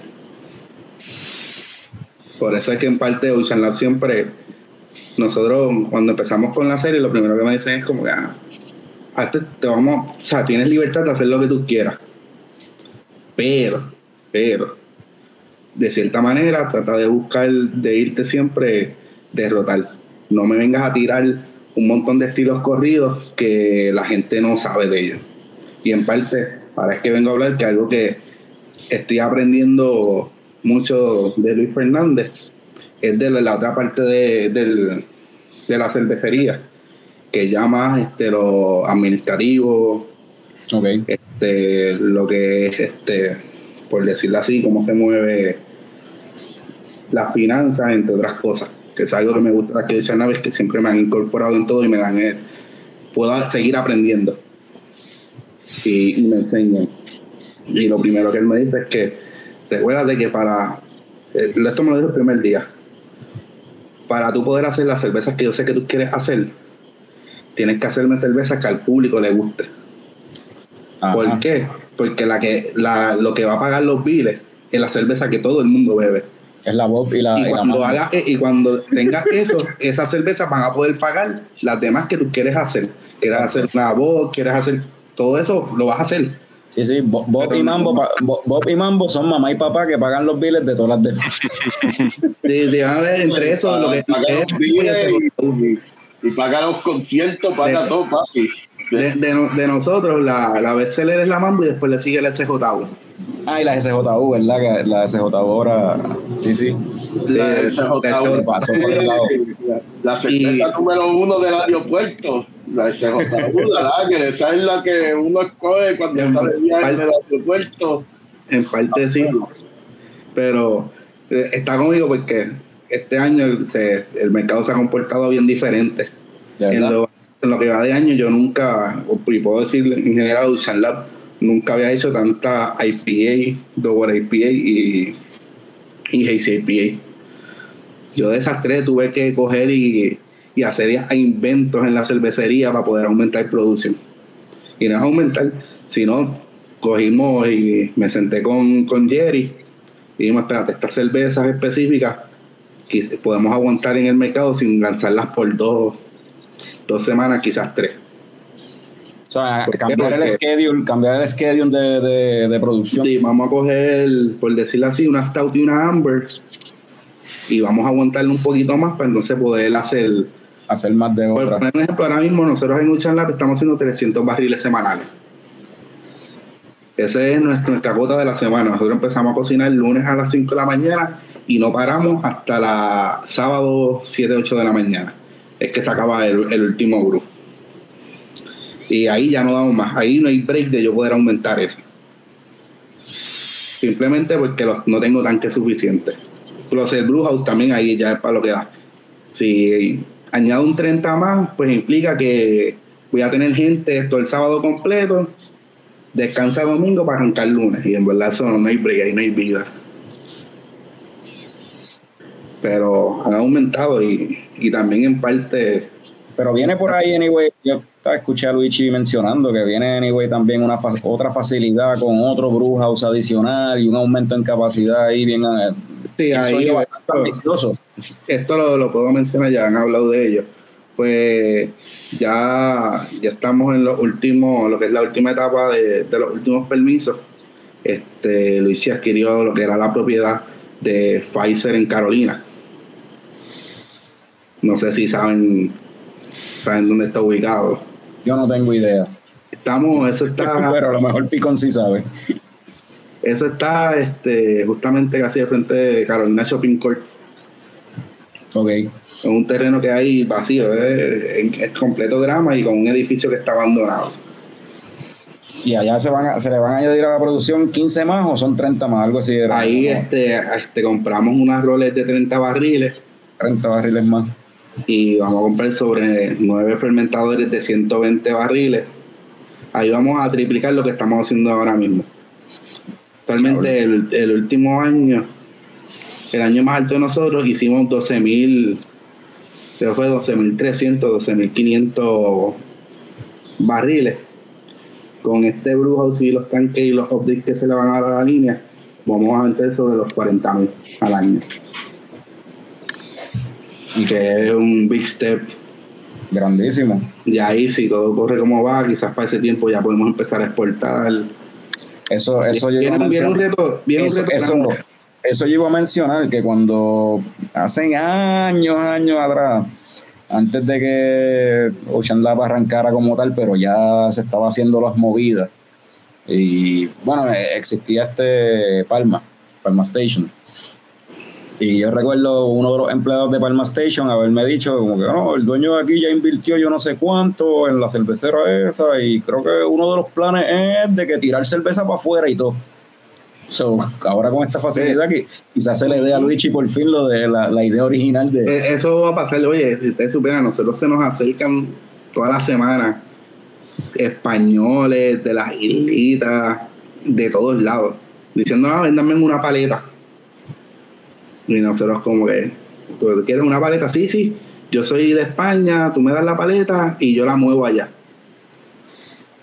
Por eso es que en parte de Ocean Lab siempre, nosotros cuando empezamos con la serie, lo primero que me dicen es como que ah, te, te vamos, o sea, tienes libertad de hacer lo que tú quieras, pero pero de cierta manera trata de buscar, de irte siempre derrotar. No me vengas a tirar un montón de estilos corridos que la gente no sabe de ellos. Y en parte, ahora es que vengo a hablar que algo que estoy aprendiendo mucho de Luis Fernández es de la otra parte de, de, de la cervecería, que llama este, lo administrativo, okay. este, lo que es este, por decirlo así, cómo se mueve las finanzas, entre otras cosas, que es algo que me gusta aquí de Charnaves, que siempre me han incorporado en todo y me dan el, puedo seguir aprendiendo y, y me enseñan. Y lo primero que él me dice es que recuerda de que para eh, esto me lo dijo el primer día, para tú poder hacer las cervezas que yo sé que tú quieres hacer, tienes que hacerme cervezas que al público le guste. Ajá. ¿Por qué? Porque la que la, lo que va a pagar los biles es la cerveza que todo el mundo bebe. Es la Bob y la y y cuando la hagas y cuando tengas eso, esas cervezas van a poder pagar las demás que tú quieres hacer. Quieres hacer una Bob, quieres hacer todo eso, lo vas a hacer. Sí, sí, Bob, Bob y Mambo, pa, Bob, Bob y Mambo son mamá y papá que pagan los biles de todas las demás. Sí, sí, van a ver entre eso lo que paga los biles y, y paga los conciertos, paga de, todo, papi. De, de, de nosotros, la, la bestseller es la Mambo y después le sigue el S J U. Ah, y la S J U, ¿verdad? Que la S J U ahora, sí, sí. La S J U pasó por el lado. La cerveza número uno del aeropuerto. La S J U, ¿verdad? Que esa es la que uno escoge cuando en está de viaje parte, en el aeropuerto. En parte sí, pero eh, está conmigo porque este año se, el mercado se ha comportado bien diferente. En lo, en lo que va de año yo nunca, y puedo decir en general, Ocean Lab nunca había hecho tanta I P A, Double I P A y, y Hazy I P A. Yo de esas tres tuve que coger y, y hacer inventos en la cervecería para poder aumentar producción. Y no es aumentar, sino cogimos y me senté con, con Jerry y dijimos, espérate, estas cervezas específicas que podemos aguantar en el mercado sin lanzarlas por dos, dos semanas, quizás tres. O sea, cambiar el schedule, cambiar el schedule de, de, de producción. Sí, vamos a coger, por decirlo así, una Stout y una Amber y vamos a aguantarle un poquito más para entonces poder hacer hacer más de otra. Por poner un ejemplo, ahora mismo nosotros en Ocean Lab estamos haciendo trescientos barriles semanales. Esa es nuestra, nuestra cuota de la semana. Nosotros empezamos a cocinar el lunes a las cinco de la mañana y no paramos hasta la sábado siete, ocho de la mañana. Es que se acaba el, el último brew. Y ahí ya no damos más. Ahí no hay break de yo poder aumentar eso. Simplemente porque los, no tengo tanque suficiente. Plus el brew house también ahí ya es para lo que da. Si añado un treinta más, pues implica que voy a tener gente todo el sábado completo, descansa domingo para arrancar lunes, y en verdad eso no, no hay break, ahí no hay vida. Pero han aumentado y, y también en parte... Pero viene por ahí, anyway, yo escuché a Luigi mencionando que viene, anyway, también una fa- otra facilidad con otro brew house adicional y un aumento en capacidad ahí bien... Sí, ahí esto, esto lo, lo puedo mencionar, ya han hablado de ello. Pues ya, ya estamos en los últimos, lo que es la última etapa de, de los últimos permisos. Este, Luigi adquirió lo que era la propiedad de Pfizer en Carolina. No sé si saben, saben dónde está ubicado. Yo no tengo idea. Estamos, eso está. Pero a lo mejor Picón sí sabe. Eso está este, justamente casi de frente de Carolina Shopping Court. Ok. Es un terreno que hay vacío, es, es completo grama y con un edificio que está abandonado. ¿Y allá se van a, se le van a añadir a la producción quince más o son treinta más? Algo así era. Ahí este, este, compramos unas roles de treinta barriles. treinta barriles más. Y vamos a comprar sobre nueve fermentadores de ciento veinte barriles. Ahí vamos a triplicar lo que estamos haciendo ahora mismo. Actualmente el, el último año, el año más alto de nosotros, hicimos doce mil, creo fue doce mil trescientos, doce mil quinientos barriles. Con este brew house y los tanques y los updates que se le van a dar a la línea, vamos a meter sobre los cuarenta mil al año. Y que es un big step. Grandísimo. Y ahí, si todo corre como va, quizás para ese tiempo ya podemos empezar a exportar. Eso, eso yo viene, viene un reto, viene eso, un reto eso, eso yo iba a mencionar, que cuando hace años, años atrás, antes de que Ocean Lab arrancara como tal, pero ya se estaba haciendo las movidas. Y bueno, existía este Palma, Palma Station. Y yo recuerdo uno de los empleados de Palma Station haberme dicho como que no, el dueño de aquí ya invirtió yo no sé cuánto en la cervecera esa y creo que uno de los planes es de que tirar cerveza para afuera y todo. So, ahora con esta facilidad que quizás se le dé a Luigi por fin lo de la, la idea original de... Eso va a pasar, oye, si ustedes supieran, nosotros se nos acercan toda la semana españoles de las islitas, de todos lados, diciendo, ah, véndame una paleta. Y nosotros como que, ¿tú quieres una paleta? Sí, sí, yo soy de España, tú me das la paleta y yo la muevo allá.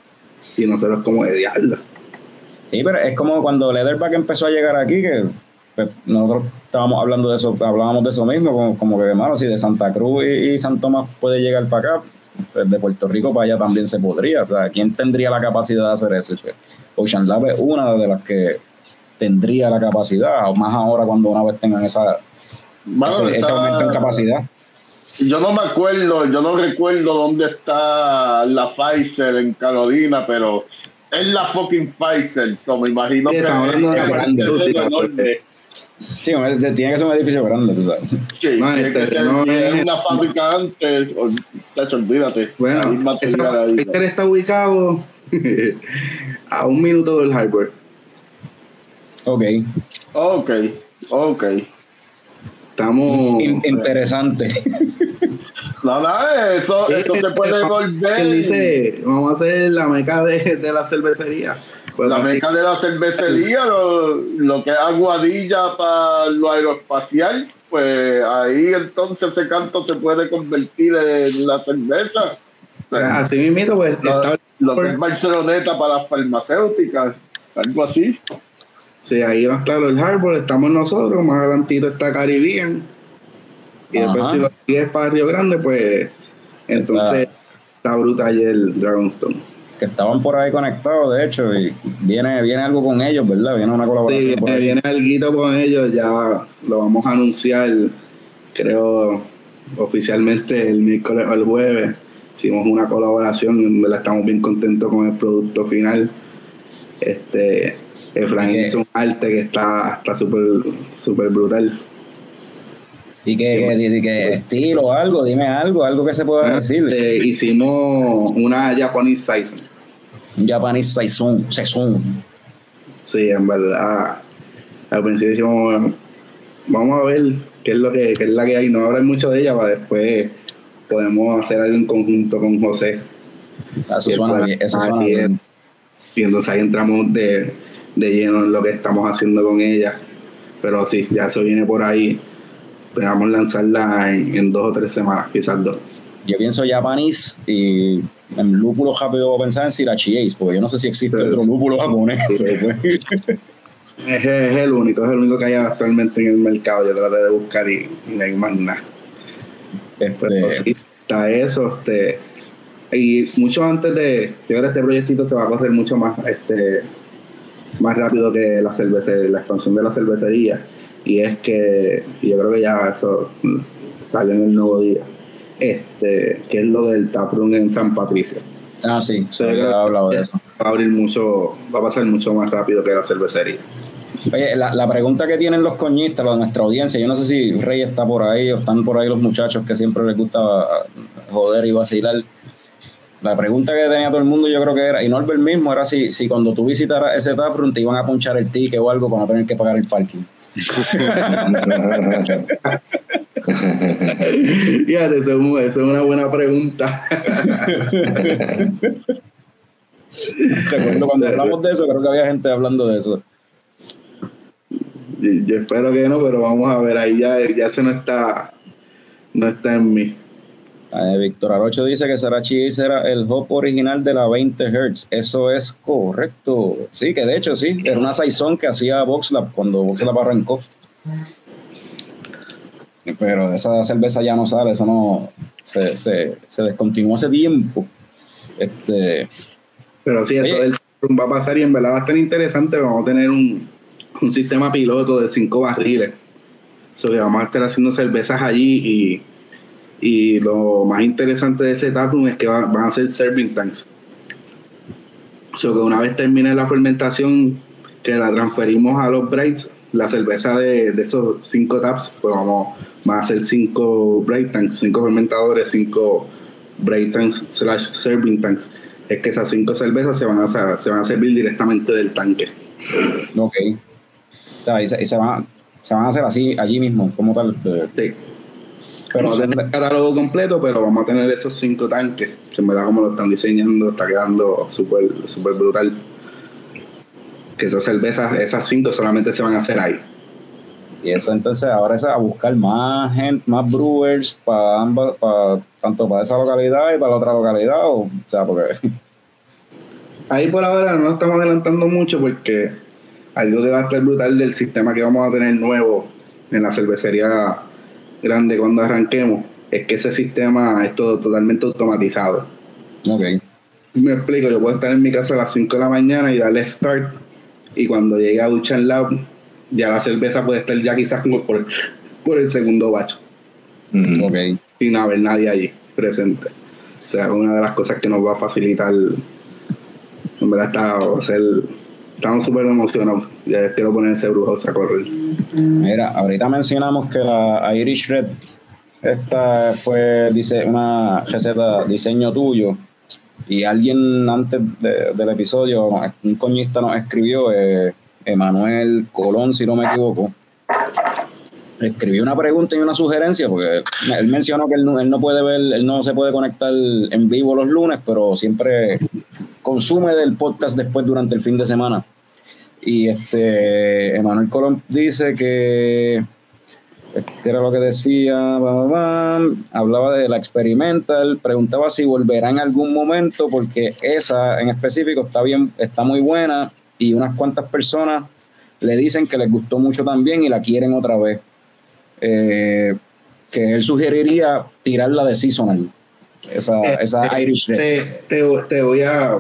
Y nosotros como de diablo. Sí, pero es como cuando Leatherback empezó a llegar aquí, que pues, nosotros estábamos hablando de eso, hablábamos de eso mismo, como, como que, hermano, si de Santa Cruz y, y San Tomás puede llegar para acá, pues de Puerto Rico para allá también se podría. O sea, ¿quién tendría la capacidad de hacer eso? Pues, Ocean Lab es una de las que tendría la capacidad, o más ahora cuando una vez tengan esa, Mano, ese, está, ese aumento en capacidad. Yo no me acuerdo, yo no recuerdo dónde está la Pfizer en Carolina, pero es la fucking Pfizer, so me imagino Sí, que estamos hablando de es grande, enorme. Sí, tiene que ser un edificio grande, tú sabes. Sí, No, tiene el que ser terreno es es- una fábrica antes, o, tacho, olvídate. Bueno, Hay material esa ahí. Pfizer está ubicado a un minuto del hardware. Ok. Ok, ok. Estamos. In- interesante. No, nada, eso, eso se puede Quien volver dice, vamos a hacer la meca de, de la cervecería. Pues la aquí- meca de la cervecería, lo, lo que es Aguadilla para lo aeroespacial, pues ahí entonces ese canto se puede convertir en la cerveza. O sea, Así mismo, pues lo, está- lo que es Barceloneta para las farmacéuticas, algo así. sí, ahí va a estar el hardware, estamos nosotros, más adelantito está Caribbean. Y después Ajá. si lo sigues para Río Grande, pues entonces está brutal el Dragonstone. Que estaban por ahí conectados, de hecho, y viene, viene algo con ellos, ¿verdad? Viene una colaboración Sí, por viene, ahí. viene alguito con ellos, ya lo vamos a anunciar, creo, oficialmente el miércoles o el jueves. Hicimos una colaboración, en verdad estamos bien contentos con el producto final. Este, Efraín ¿Y qué? hizo un arte que está está súper súper brutal. Y que, que, que, que estilo, algo, dime algo, algo que se pueda decir. Este, hicimos una Japanese Saison. Un Japanese Saison, Saison. Sí, en verdad. Al principio dijimos, vamos a ver qué es lo que, qué es la que hay. No hablar mucho de ella para después podemos hacer algo en conjunto con José. Eso Y suena después, bien, eso ah, suena y- bien. Y entonces ahí entramos de, de lleno en lo que estamos haciendo con ella. Pero sí, ya eso viene por ahí. Esperamos lanzarla en, en dos o tres semanas, quizás dos. Yo pienso Japanese y en lúpulo rápido voy a pensar en Sriracha Ace, porque yo no sé si existe Sí. otro lúpulo japonés. Sí. pero pues, Es, es el único, es el único que hay actualmente en el mercado. Yo traté de buscar y, y no hay más nada. Pero este, sí, está eso. Este, y mucho antes de. Yo creo que este proyectito se va a correr mucho más este más rápido que la cervecería, la expansión de la cervecería. Y es que y yo creo que ya eso mm, sale en el nuevo día. Este, que es lo del taproom en San Patricio. ah, sí, O sea, se yo creo ha que hablado de eso. Va a abrir mucho, va a pasar mucho más rápido que la cervecería. Oye, la, la pregunta que tienen los coñistas, la de nuestra audiencia, yo no sé si Rey está por ahí o están por ahí los muchachos que siempre les gusta joder y vacilar. La pregunta que tenía todo el mundo yo creo que era, y Norbert mismo, era si, si cuando tú visitaras ese taproom te iban a punchar el ticket o algo para no tener que pagar el parking. Fíjate, eso es, un- eso es una buena pregunta. Recuerdo cuando hablamos de eso, creo que había gente hablando de eso. Y- Yo espero que no, pero vamos a ver, ahí ya, ya eso no está, no está en mí. Eh, Víctor Arocho dice que Sriracha Ace era el hop original de la veinte hertz. Eso es correcto. Sí, que de hecho sí, era una saison que hacía VoxLab cuando VoxLab arrancó. Pero esa cerveza ya no sale, eso no se, se, se descontinuó hace tiempo. Este, Pero sí, eso Oye. del taproom va a pasar y en verdad va a estar interesante. Vamos a tener un, un sistema piloto de cinco barriles. So que vamos a estar haciendo cervezas allí y, y lo más interesante de ese taproom es que va- van a ser serving tanks. So que una vez termine la fermentación, que la transferimos a los breaks, la cerveza de, de esos cinco taps, pues vamos, van a ser cinco break tanks, cinco fermentadores, cinco break tanks slash serving tanks. Es que esas cinco cervezas se van a, se van a servir directamente del tanque. ok. O sea, y se, y se van, a- se van a hacer así, allí mismo, como tal. este, Sí. Pero No son tenemos de- el catálogo completo, pero vamos a tener esos cinco tanques, que en verdad como lo están diseñando está quedando súper súper brutal. Que esas cervezas, esas cinco solamente se van a hacer ahí. Y eso entonces ahora es a buscar más gente, más brewers para ambas, para, tanto para esa localidad y para la otra localidad, o, o sea, porque Ahí por ahora no estamos adelantando mucho porque algo que va a estar brutal del sistema que vamos a tener nuevo en la cervecería grande cuando arranquemos, es que ese sistema es todo totalmente automatizado. Ok. Me explico, yo puedo estar en mi casa a las cinco de la mañana y darle start, y cuando llegue a Buchan Lab, ya la cerveza puede estar ya quizás como por, por el segundo batch. Mm. Ok. Sin haber nadie allí presente. O sea, una de las cosas que nos va a facilitar. En verdad, está, va a ser, estamos súper emocionados. Ya quiero poner ese Brewhouse a correr. Mira, ahorita mencionamos que la Irish Red, esta fue dice, una receta, diseño tuyo. Y alguien antes de, del episodio, un coñista nos escribió, eh, Emanuel Colón, si no me equivoco. Escribió una pregunta y una sugerencia, porque él mencionó que él no, él no puede ver, él no se puede conectar en vivo los lunes, pero siempre consume del podcast después durante el fin de semana. Y este Emanuel Colón dice que ¿qué era lo que decía? Bam, bam, hablaba de la experimental, preguntaba si volverá en algún momento, porque esa en específico está bien, está muy buena, y unas cuantas personas le dicen que les gustó mucho también y la quieren otra vez. Eh, que él sugeriría tirarla de seasonal, esa, Eh, esa eh, Irish Red. Te, te, te voy a.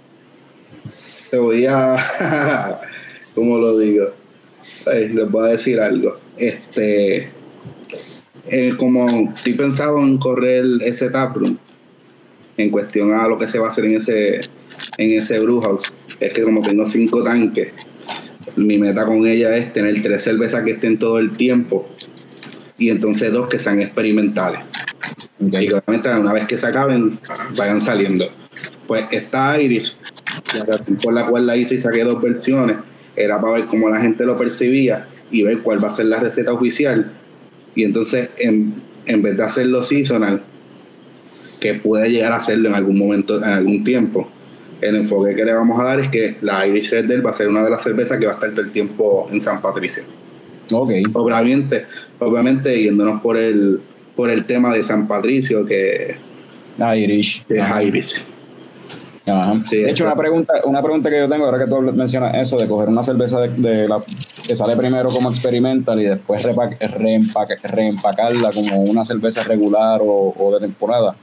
Te voy a. ¿Cómo lo digo? Ay, les voy a decir algo. Este. Eh, como estoy pensado en correr ese taproom, en cuestión a lo que se va a hacer en ese en ese brewhouse, es que como tengo cinco tanques, mi meta con ella es tener tres cervezas que estén todo el tiempo, y entonces dos que sean experimentales. Okay. Y que obviamente una vez que se acaben vayan saliendo. Pues esta Irish, la razón por la cual la hice y saqué dos versiones, era para ver cómo la gente lo percibía y ver cuál va a ser la receta oficial. Y entonces en, en vez de hacerlo seasonal, que puede llegar a hacerlo en algún momento, en algún tiempo, el enfoque que le vamos a dar es que la Irish Red Dead va a ser una de las cervezas que va a estar todo el tiempo en San Patricio. Okay. Obviamente, obviamente yéndonos por el por el tema de San Patricio, que, Irish. que es Irish. Ajá. Sí, de hecho, una pregunta, una pregunta que yo tengo ahora que tú mencionas eso de coger una cerveza de, de la, que sale primero como experimental y después reempac, reempac, reempacarla como una cerveza regular o, o de temporada.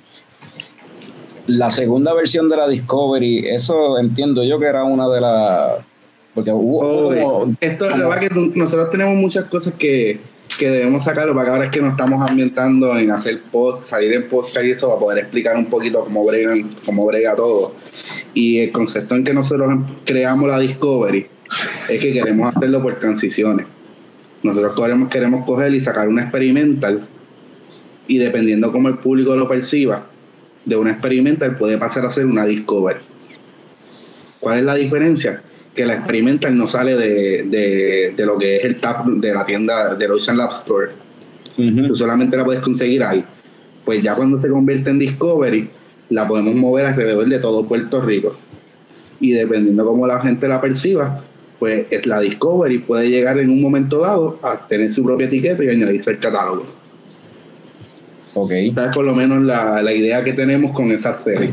La segunda versión de la Discovery, eso entiendo yo que era una de las, porque hubo oh, como, esto como, la verdad que nosotros tenemos muchas cosas que, que debemos sacarlo, para que ahora es que nos estamos ambientando en hacer post, salir en podcast y eso, para poder explicar un poquito cómo bregan, cómo brega todo. Y el concepto en que nosotros creamos la Discovery es que queremos hacerlo por transiciones. Nosotros queremos, queremos coger y sacar una experimental, y dependiendo cómo el público lo perciba, de una experimental puede pasar a ser una Discovery. ¿Cuál es la diferencia? Que la experimental no sale de, de, de lo que es el tap de la tienda del Ocean Lab Store. Uh-huh. Tú solamente la puedes conseguir ahí. Pues ya cuando se convierte en Discovery, la podemos mover alrededor de todo Puerto Rico. Y dependiendo cómo la gente la perciba, pues es la Discovery puede llegar en un momento dado a tener su propia etiqueta y añadirse al catálogo. Ok. Esta es por lo menos la, la idea que tenemos con esa serie.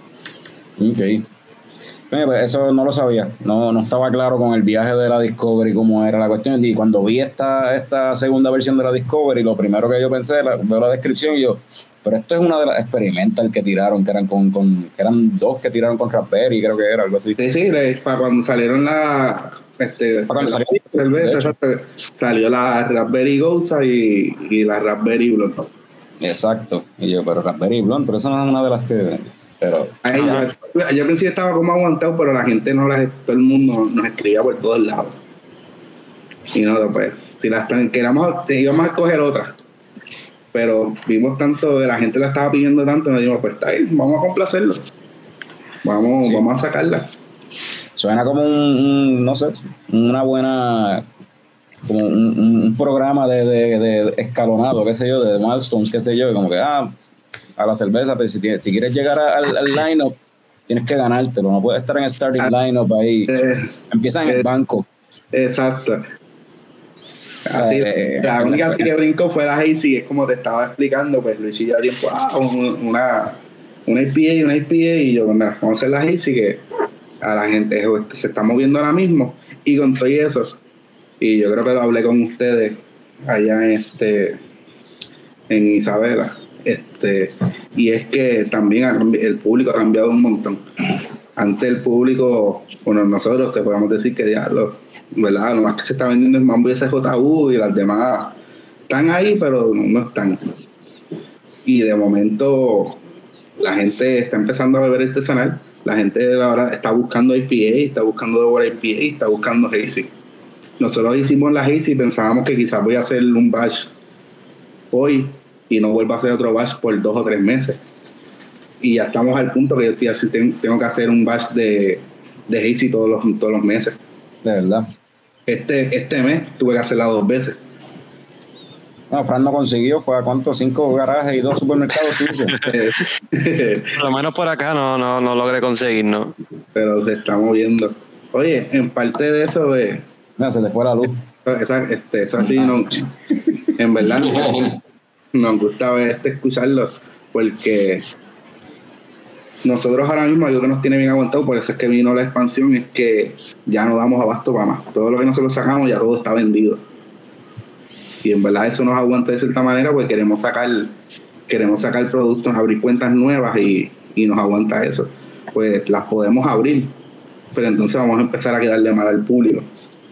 Ok. Pues eso no lo sabía, no, no estaba claro con el viaje de la Discovery cómo era la cuestión. Y cuando vi esta, esta segunda versión de la Discovery, lo primero que yo pensé, la, veo la descripción y yo, pero esto es una de las experimental que tiraron, que eran con, con que eran dos que tiraron con Raspberry, creo que era algo así. Sí, sí, para cuando salieron la este, para cuando la, salió, cerveza, salió la Raspberry Gouda y, y la Raspberry Blonde. Exacto, y yo, pero Raspberry Blonde, pero esa no es una de las que... Pero, Ay, ya, yo pensé que estaba como aguantado, pero la gente no la, todo el mundo nos escribía por todos lados. Y no, pues, si las queramos, íbamos a escoger otra. Pero vimos tanto, de la gente la estaba pidiendo tanto, nos dijimos, pues está ahí, vamos a complacerlo. Vamos, sí. vamos a sacarla. Suena como un, un no sé, una buena, como un, un programa de, de, de escalonado, qué sé yo, de milestones, qué sé yo, como que, ah, a la cerveza, pero si, si quieres llegar al, al line-up, tienes que ganártelo, no puedes estar en el starting ah, line-up ahí. Eh, Empiezan en eh, el banco. Exacto. Así, eh, la única así que brincó fue la Hazy, es como te estaba explicando, pues Luis ya tiempo, ah, una, una I P A, una I P A, y yo, mira, vamos a hacer la Hazy, que a la gente se está moviendo ahora mismo, y con todo eso, y yo creo que lo hablé con ustedes allá en este en Isabela, este y es que también el público ha cambiado un montón. Antes el público, bueno, nosotros te podemos decir que diablo, ¿verdad? Lo más que se está vendiendo es Mambo y S J U, y las demás están ahí, pero no están. Y de momento la gente está empezando a beber artesanal, la gente ahora está buscando I P A, está buscando Double I P A, está buscando Hazy. Nosotros hicimos la Hazy y pensábamos que quizás voy a hacer un batch hoy y no vuelvo a hacer otro batch por dos o tres meses. Y ya estamos al punto que yo estoy, tengo que hacer un batch de, de Hazy todos los, todos los meses. De verdad. Este, este mes tuve que hacerla dos veces. No, Fran no consiguió, fue a cuánto, cinco garajes y dos supermercados. Por lo menos por acá no, no, no logré conseguir, ¿no? Pero se está moviendo. Oye, en parte de eso, eh, no, se le fue la luz. Esa, este, esa sí, no, en verdad, nos gusta ver este, escucharlo, porque nosotros ahora mismo, algo que nos tiene bien aguantado, por eso es que vino la expansión, es que ya no damos abasto para más. Todo lo que nosotros sacamos ya todo está vendido. Y en verdad eso nos aguanta de cierta manera, porque queremos sacar queremos sacar productos, abrir cuentas nuevas, y, y nos aguanta eso. Pues las podemos abrir, pero entonces vamos a empezar a quedarle mal al público.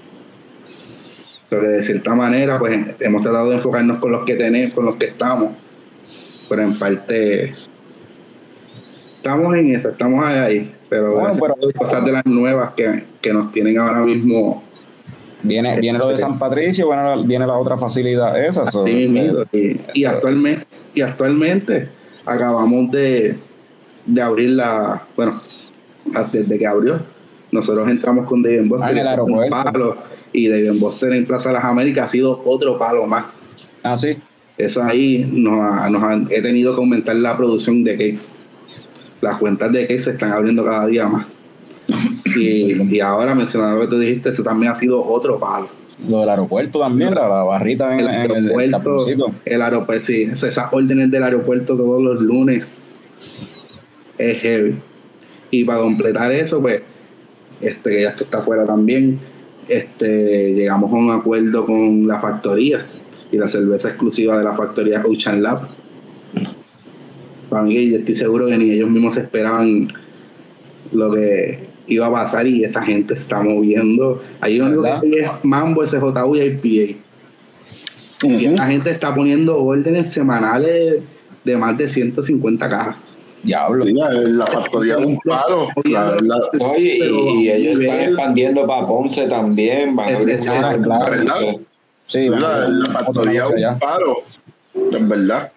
Pero de cierta manera, pues hemos tratado de enfocarnos con los que tenemos, con los que estamos, pero en parte estamos en eso, estamos ahí, pero, bueno, pero cosas de las nuevas que, que nos tienen ahora mismo. Viene, viene lo de San Patricio, bueno, viene la otra facilidad esa. So, sí, y, y, actualmente, y actualmente acabamos de, de abrir la, bueno, desde que abrió, nosotros entramos con Dave and Buster, ah, en el aeropuerto. Palo, y Dave and Buster en Plaza de las Américas ha sido otro palo más. Ah, sí. Eso ahí nos ha, nos ha, he tenido que aumentar la producción de cakes. Las cuentas de cakes se están abriendo cada día más. Y, y ahora, mencionando lo que tú dijiste, eso también ha sido otro palo. Lo del aeropuerto también, la, la barrita en el, en el aeropuerto. El aeropuerto, sí, esas órdenes del aeropuerto todos los lunes es heavy. Y para completar eso, pues, este, que ya esto está afuera también, este, llegamos a un acuerdo con la factoría y la cerveza exclusiva de la factoría Ocean Lab. Para mí, yo estoy seguro que ni ellos mismos esperaban lo que iba a pasar, y esa gente está moviendo. Ahí lo único que es Mambo, S J U y I P A. Uh-huh. Y esa gente está poniendo órdenes semanales de más de ciento cincuenta cajas. Diablo. Sí, la, la factoría es un paro. La, la, Oye, y, y ellos están expandiendo para Ponce también. Van es, a es, claro, claro. Sí, la, la factoría es un paro. En verdad.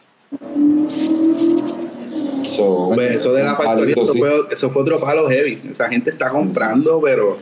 So, pues eso de la factoría, eso, sí. fue, eso fue otro palo heavy. Esa gente está comprando, pero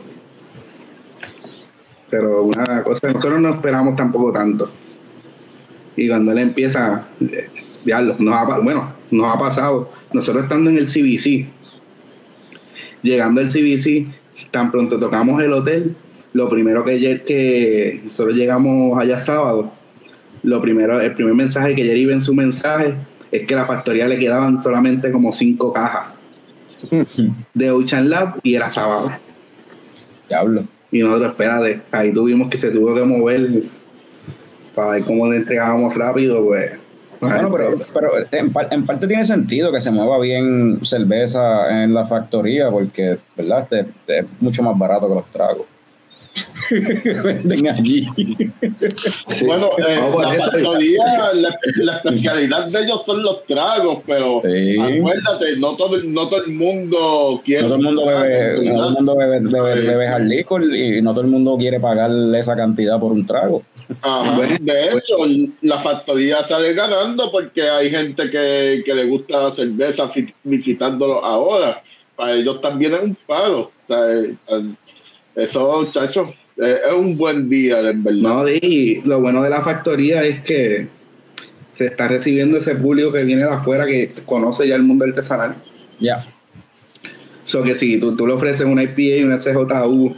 pero una cosa, nosotros no esperamos tampoco tanto. Y cuando él empieza, diablo, nos ha, bueno, nos ha pasado. Nosotros estando en el C B C, llegando al C B C, tan pronto tocamos el hotel, lo primero que, que nosotros llegamos allá sábado, lo primero, el primer mensaje que Jerry ve en su mensaje es que a la factoría le quedaban solamente como cinco cajas de Ocean Lab, y era sábado. Diablo. Y nosotros, espérate, ahí tuvimos que se tuvo que mover para ver cómo le entregábamos rápido, pues. Bueno, pero, pero en, en parte tiene sentido que se mueva bien cerveza en la factoría, porque, ¿verdad? Este, este es mucho más barato que los tragos que venden allí. Sí. Bueno, eh, no, la factoría, la, la especialidad de ellos son los tragos, pero sí. Acuérdate, no todo, no todo el mundo quiere. No todo el mundo bebe, no todo el mundo bebe, bebe, bebe hard liquor, y no todo el mundo quiere pagarle esa cantidad por un trago. Ajá. De hecho, la factoría sale ganando porque hay gente que, que le gusta la cerveza visitándolo ahora. Para ellos también es un palo. O sea, eso, muchachos, es un buen día, en verdad. No, y lo bueno de la factoría es que se está recibiendo ese público que viene de afuera, que conoce ya el mundo artesanal. Ya. Yeah. So que si tú, tú le ofreces una I P A y una S J U,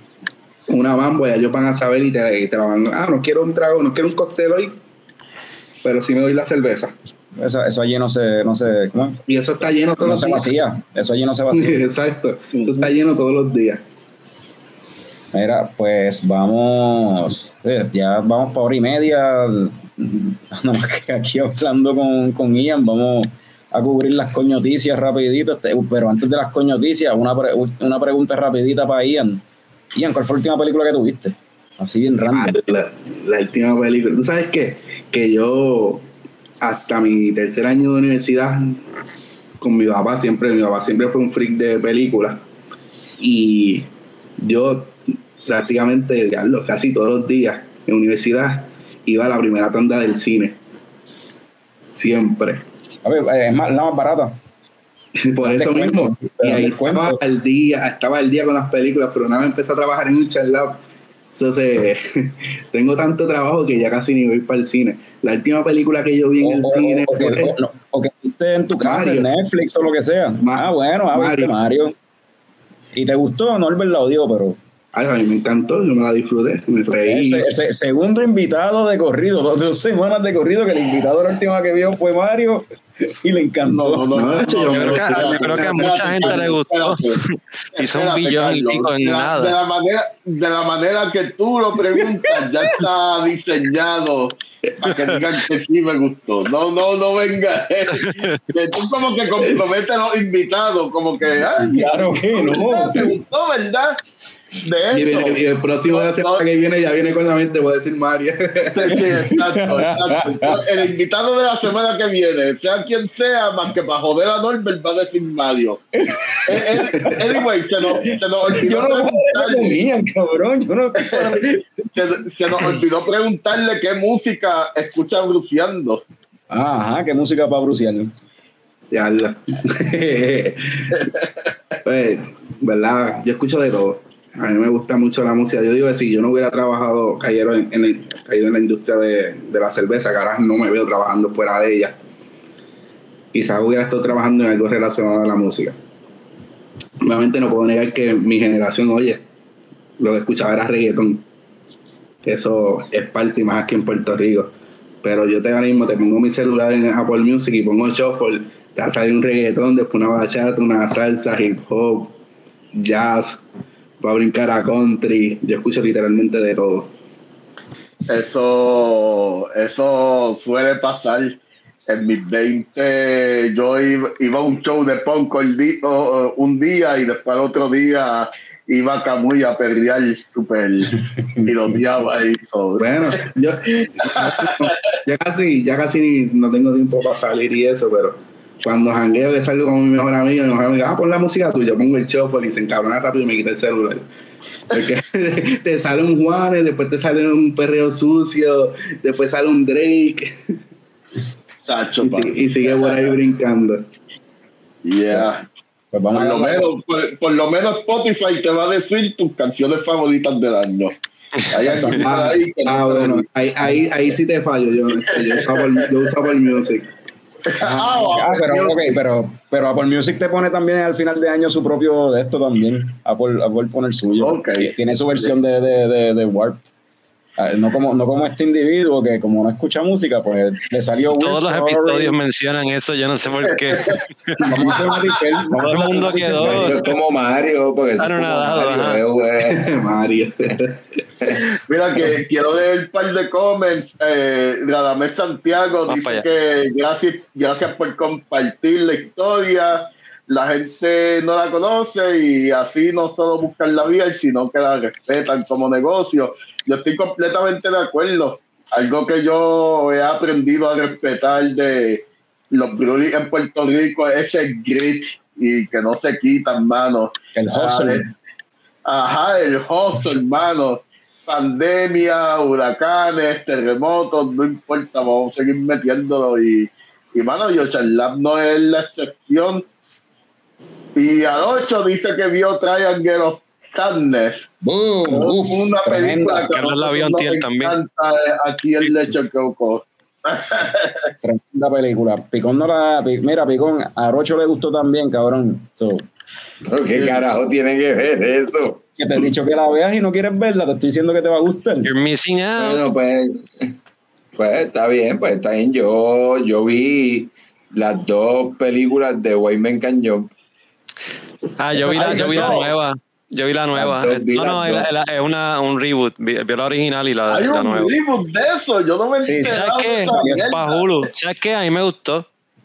una Mambo, ya ellos van a saber y te, y te la van, ah, no quiero un trago, no quiero un cóctel hoy, pero sí me doy la cerveza. Eso, eso allí no se, no se, ¿cómo? Y eso está lleno todos No los se días. vacía, eso allí no se vacía. Exacto, eso está lleno todos los días. Mira, pues vamos, eh, ya vamos para hora y media, no, aquí hablando con, con Ian, vamos a cubrir las coñoticias rapidito, pero antes de las coñoticias, una, pre, una pregunta rapidita para Ian. Ian, ¿cuál fue la última película que tuviste? Así bien random. La, la última película, ¿tú sabes qué? Que yo hasta mi tercer año de universidad con mi papá siempre, mi papá siempre fue un freak de películas y yo prácticamente diablo, casi todos los días en universidad iba a la primera tanda del cine siempre. A ver, es más, la más barata. Por eso mismo, y ahí estaba al día, estaba al día con las películas, pero una vez empecé a trabajar en un charlab. Entonces, tengo tanto trabajo que ya casi ni voy para el cine. La última película que yo vi en o, el o, cine o, fue... O, no, o que viste en tu casa, Mario. En Netflix o lo que sea. Ma- ah, bueno, ah, Mario. Mario. ¿Y te gustó? No, Norbert la odió, pero... Ay, a mí me encantó, yo me la disfruté, me reí. El, el, el segundo invitado de corrido, dos, dos semanas de corrido, que el invitado la última que vio fue Mario y le encantó. No, no, no, no, yo, yo, creo que, yo creo que a mucha gente le gustó. Hizo un billón y pico en de la, nada. De la, manera, de la manera que tú lo preguntas, ya está diseñado para que digan que sí me gustó. No, no, no venga. Que tú como que comprometes a los invitados, como que... Ay, claro que no. Te gustó, ¿verdad? De y, viene, y el próximo de la semana no, que viene ya viene con la mente, voy a decir Mario. Sí, sí, exacto, exacto. El invitado de la semana que viene, sea quien sea, más que para joder a Norbert, va a decir Mario. Anyway, se nos, se nos olvidó yo no preguntarle. Cabrón, yo no... se, se nos olvidó preguntarle qué música escucha bruceando. Ajá, qué música para brucear. Ya lo. Pues, ¿verdad? Yo escucho de todo. A mí me gusta mucho la música. Yo digo que si yo no hubiera trabajado, caído en, en, el, caído en la industria de, de la cerveza, que ahora no me veo trabajando fuera de ella, quizás hubiera estado trabajando en algo relacionado a la música. Obviamente no puedo negar que mi generación, oye, lo que escuchaba era reggaetón. Eso es parte y más aquí en Puerto Rico. Pero yo te ahora mismo te pongo mi celular en Apple Music y pongo shuffle, te va a salir un reggaetón, después una bachata, una salsa, hip hop, jazz, va a brincar a country. Yo escucho literalmente de todo. Eso, eso suele pasar. En mis veinte yo iba, iba a un show de punk un día y después al otro día iba a Camuy a perrear súper tiroteaba ahí. So. Bueno, yo ya casi, ya casi no tengo tiempo para salir y eso, pero cuando jangueo que salgo con mi mejor amigo, mi mejor amigo, ah, pon la música tuya, pongo el shuffle y se encabrona rápido y me quita el celular. Porque te sale un Juanes, después te sale un perreo sucio, después sale un Drake. Sacho, y, y sigue por ahí brincando. Yeah. Pues vamos por, lo menos, por, por lo menos Spotify te va a decir tus canciones favoritas del año. Hay ah, ahí, ah no bueno, ahí, ahí, ahí sí te fallo. Yo, yo usaba el, yo usaba el Music. Ah, ah, pero, okay, pero, pero Apple Music te pone también al final de año su propio de esto también. Apple, Apple pone el suyo. Okay. Tiene su versión de, de, de, de Warped. No como, no como este individuo que como no escucha música, pues le salió... Todos los sorry. Episodios mencionan eso, yo no sé por qué. Vamos a hacer una diferencia. Todo el mundo quedó... Es como Mario, porque es como Mario. Mario. Mira que quiero leer un par de comments. Eh, Radamés Santiago Vamos dice que gracias, gracias por compartir la historia. La gente no la conoce y así no solo buscan la vida, sino que la respetan como negocio. Yo estoy completamente de acuerdo. Algo que yo he aprendido a respetar de los breweries en Puerto Rico es ese grit y que no se quitan, hermano. El hustle. Ajá, el hustle, hermano. Pandemia, huracanes, terremotos, no importa, vamos a seguir metiéndolo. Y, y mano, Yoshan Lab no es la excepción. Y al ocho dice que vio Triangle of Sadness. Boom, uf, una película que la vio antier también. Aquí el Leche Coco. Tremenda película. Picón no la. Mira, Picón, a Rocho le gustó también, cabrón. So, ¿Qué carajo tiene que ver eso? Que te he dicho que la veas y no quieres verla, te estoy diciendo que te va a gustar. You're missing out. Bueno, pues. Pues está bien, pues está bien. Yo, yo vi las dos películas de White Man Can Jump. Ah, yo vi la, yo vi la nueva. Yo vi la nueva. Las dos, vi No, no, las es, dos. es una, un reboot. Vi, vi la original y la, Hay la un nueva. reboot de eso, yo no me Sí, enteré. ¿Sabes qué? Es para Hulu. ¿Sabes qué? A mí me gustó.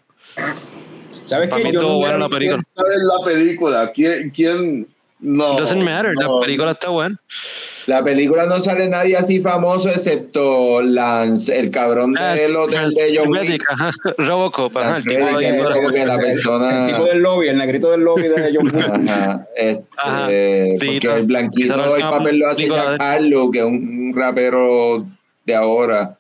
¿Sabes Para qué? mí Yo estuvo no- buena la película. ¿Quién está en la película? ¿Quién? quién? No. It doesn't matter. no. La película está buena. La película no sale nadie así famoso excepto Lance, el cabrón Ah, del hotel de John Wick. Reddick, ajá. Robocop, ajá, el tipo Reddick, de que es como que la el persona. tipo del lobby, el negrito del lobby de John Wick. Ajá, este, Ajá. porque Tito. el blanquito Quizá la el papel lo hace película Jack de- Harlow, que es un, un rapero de ahora.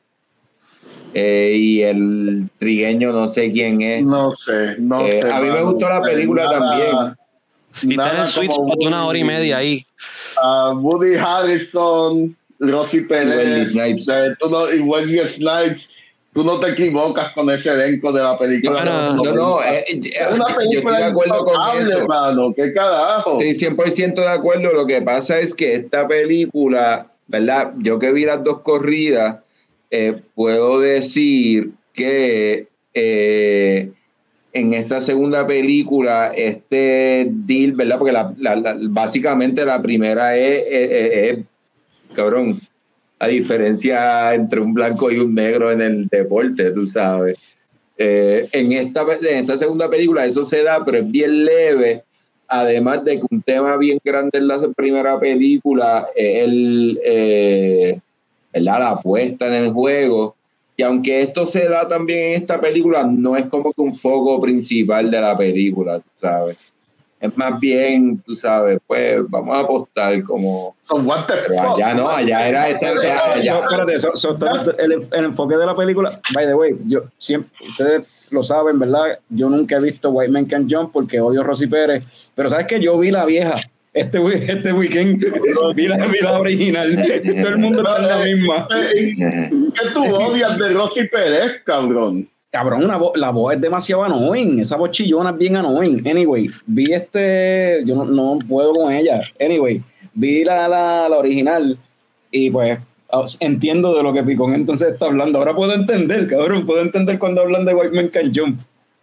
Eh, y el trigueño no sé quién es. No sé, no Eh, sé. a mí me mano, gustó la no sé, película nada- también. Y está en nada el sweet como spot de una hora y Woody- media ahí. ah, Woody Harrison, Rosy Pérez, Wesley Snipes. eh, tú no- y Wesley Snipes. Tú no te equivocas con ese elenco de la película. Bueno, de los No, no, noventa. eh, eh, es una yo película estoy de acuerdo con intocable, eso. mano. ¿Qué carajo? Estoy cien por ciento de acuerdo. Lo que pasa es que esta película, ¿verdad? Yo que vi las dos corridas, eh, puedo decir que eh, en esta segunda película, este deal, ¿verdad? Porque la, la, la, básicamente la primera es, es, es, es, cabrón, la diferencia entre un blanco y un negro en el deporte, tú sabes. Eh, en, esta, en esta segunda película eso se da, pero es bien leve, además de que un tema bien grande en la primera película es el, eh, ¿verdad? La apuesta en el juego, y aunque esto se da también en esta película, no es como que un foco principal de la película, tú sabes. Es más bien, tú sabes, pues vamos a apostar como... So, what the Pero fuck? allá no, allá era... Esta, So, so, allá, so, allá. so, espérate, so, so, está- el, el enfoque de la película, by the way, yo siempre, ustedes lo saben, ¿verdad? Yo nunca he visto White Man Can Jump porque odio a Rosy Pérez, pero ¿sabes qué? Yo vi la vieja este, wi- este weekend, vi la, vi la original, todo el mundo está en la misma. Eh, ¿Qué tú odias de Rosy Pérez, cabrón? Cabrón, una vo- la voz es demasiado annoying, esa voz chillona es bien annoying. Anyway, vi este, yo no, no puedo con ella. Anyway, vi la, la, la original y pues entiendo de lo que Picón entonces está hablando. Ahora puedo entender, cabrón, puedo entender cuando hablan de White Man Can Jump.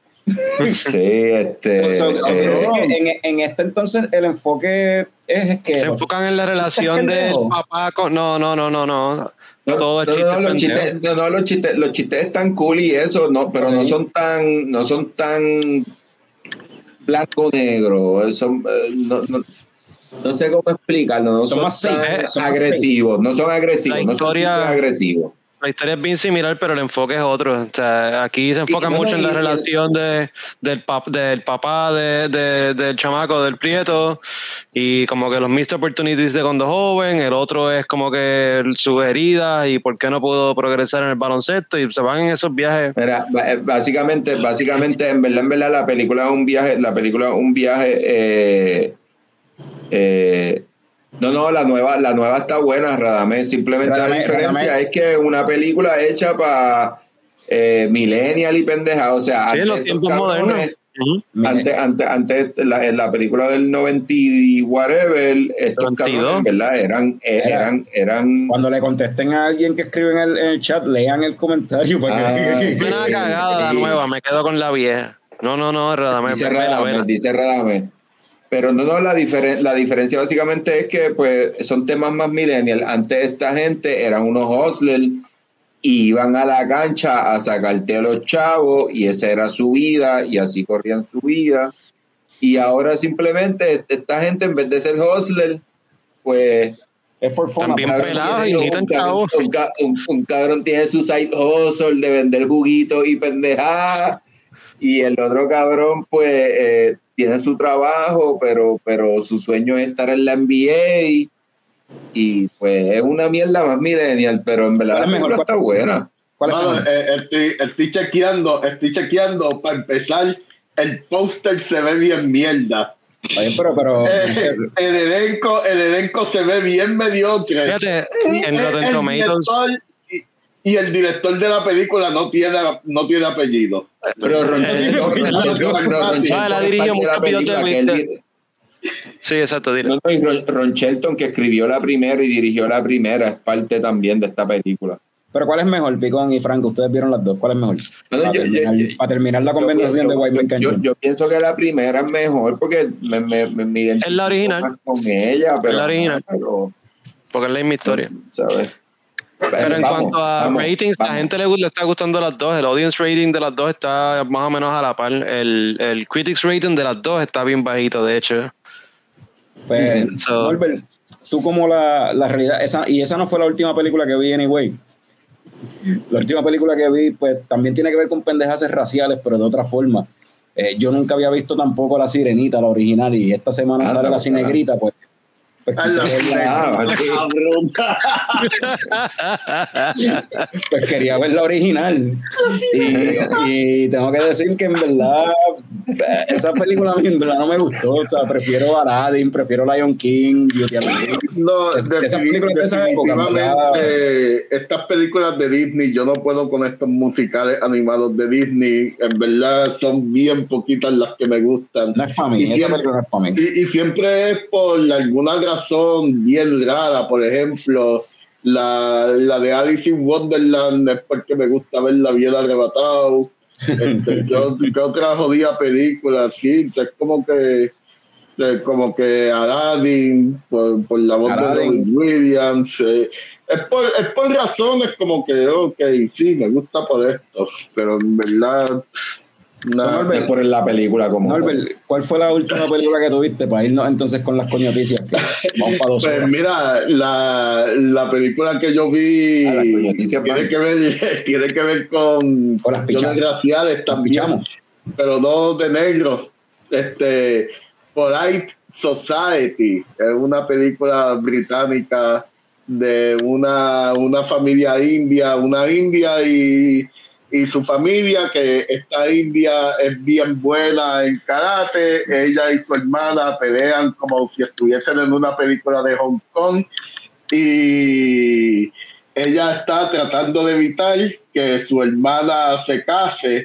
Sí, este... So, so, so, eh, quiere decir que en, en este entonces el enfoque es, es que... Se enfocan en la relación del papá con... No, no, no, no, no. No, Todo el no, chiste no, los pendejo. chistes, no, no, los chistes, los chistes están cool y eso, no, pero Ok. no son tan, no son tan blanco negro, son, eh, no, no, no sé cómo explicarlo, no Son son, más tan safe, son más agresivos, no son agresivos, La no son historia- chistes agresivos. La historia es bien similar, pero el enfoque es otro. O sea, aquí se enfoca Y, no, mucho no, en la y- relación de, del, pap, del papá de, de- del chamaco, del Prieto, y como que los missed opportunities de cuando joven. El otro es como que sus heridas y por qué no pudo progresar en el baloncesto, y se van en esos viajes. Mira, b- básicamente, básicamente, en verdad, en verdad, la película es un viaje, la película es un viaje, eh, eh, no, no, la nueva, la nueva está buena, Radamés. Simplemente la Radamés, diferencia Radamés. es que es una película hecha para eh, millennial y pendeja. O sea, Sí, en antes los estos tiempos cabrones, modernos. Ujú. Antes, antes, antes la, en la película del noventa y whatever, estos noventa y dos. cabrones, ¿verdad? Eran, eh, Era. eran, eran. Cuando le contesten a alguien que escribe en el, en el chat, lean el comentario para Ah, que... sí. Una cagada la sí. nueva, me quedo con la vieja. No, no, no, Radamés, Dice vela, Radamés, vela. dice Radamés. Pero no, no, la, diferen- la diferencia básicamente es que pues son temas más millennial. Antes esta gente eran unos hustlers y iban a la cancha a sacarte a los chavos y esa era su vida y así corrían su vida. Y ahora simplemente esta gente en vez de ser hustler, pues... Es for fun. También aparte. pelados y un, ni tan cabrón, chavos. un, ca- un- un cabrón tiene su side hustle de vender juguitos y pendejadas y el otro cabrón pues eh, tiene su trabajo pero pero su sueño es estar en la N B A y pues es una mierda más millennial, pero en verdad ¿Cuál la es mejor? película está buena. ¿Cuál es Mano, mejor? eh, estoy, estoy chequeando, estoy chequeando para empezar. El póster se ve bien mierda. Está bien, pero... pero Eh, el elenco, el elenco se ve bien mediocre. Fíjate, Y en el- Rotten el Tomatoes, director y, y el director de la película no tiene, no tiene apellido. Pero Ronchelton, Eh, Ronchelton- Ah, Ronchelton la es dirigió parte de la muchos videos de película que él Twitter. di- sí, exacto, dile. no, no, y Ron- Ronchelton, que escribió la primera y dirigió la primera, es parte también de esta película. Pero ¿cuál es mejor, Picón y Franco? Ustedes vieron las dos. ¿Cuál es mejor? Bueno, para, yo, terminar, yo, yo, para terminar la conversación yo, de White Man Can't yo, Jump. yo pienso que la primera es mejor porque me, me, me, me identifico es la original. con ella. Pero, es la original. Pero, porque es la misma historia. ¿Sabes? Pero, pero en vamos, cuanto a vamos, ratings, vamos. La gente le, le está gustando las dos. El audience rating de las dos está más o menos a la par. El, el critics rating de las dos está bien bajito, de hecho. Pues, so, Norbert, tú como la, la realidad, esa, y esa no fue la última película que vi anyway. La última película que vi, pues también tiene que ver con pendejaces raciales, pero de otra forma. Eh, yo nunca había visto tampoco La Sirenita, la original, y esta semana ah, sale no, La Cinegrita, pues. Pues, ah, pues quería ver la original y, y tengo que decir que en verdad esa película a mí en verdad no me gustó, o sea, prefiero Aladdin, prefiero Lion King, Beauty and the Beast. No, es, esas películas de esa época, eh, estas películas de Disney, yo no puedo con estos musicales animados de Disney, en verdad son bien poquitas las que me gustan. No es para mí, y esa siempre, película no es para mí. Y, y siempre es por alguna razón bien rara, por ejemplo, la, la de Alice in Wonderland es porque me gusta verla bien arrebatado. Este, yo, yo otra jodida película, sí, es como que como que Aladdin, por, por la voz Aladdin. de Robin Williams, eh, es, por, es por razones como que, ok, sí, me gusta por esto, pero en verdad... No, Norbert, es por la película como Norbert, ¿cuál fue la última película que tuviste para irnos entonces con las coñoticias? Que vamos para dos pues horas. Mira, la, la película que yo vi ah, tiene, que ver, tiene que ver con cuestiones raciales también, pero no de negros. Este, Polite Society es una película británica de una, una familia india, una india y y su familia, que esta india es bien buena en karate, ella y su hermana pelean como si estuviesen en una película de Hong Kong, y ella está tratando de evitar que su hermana se case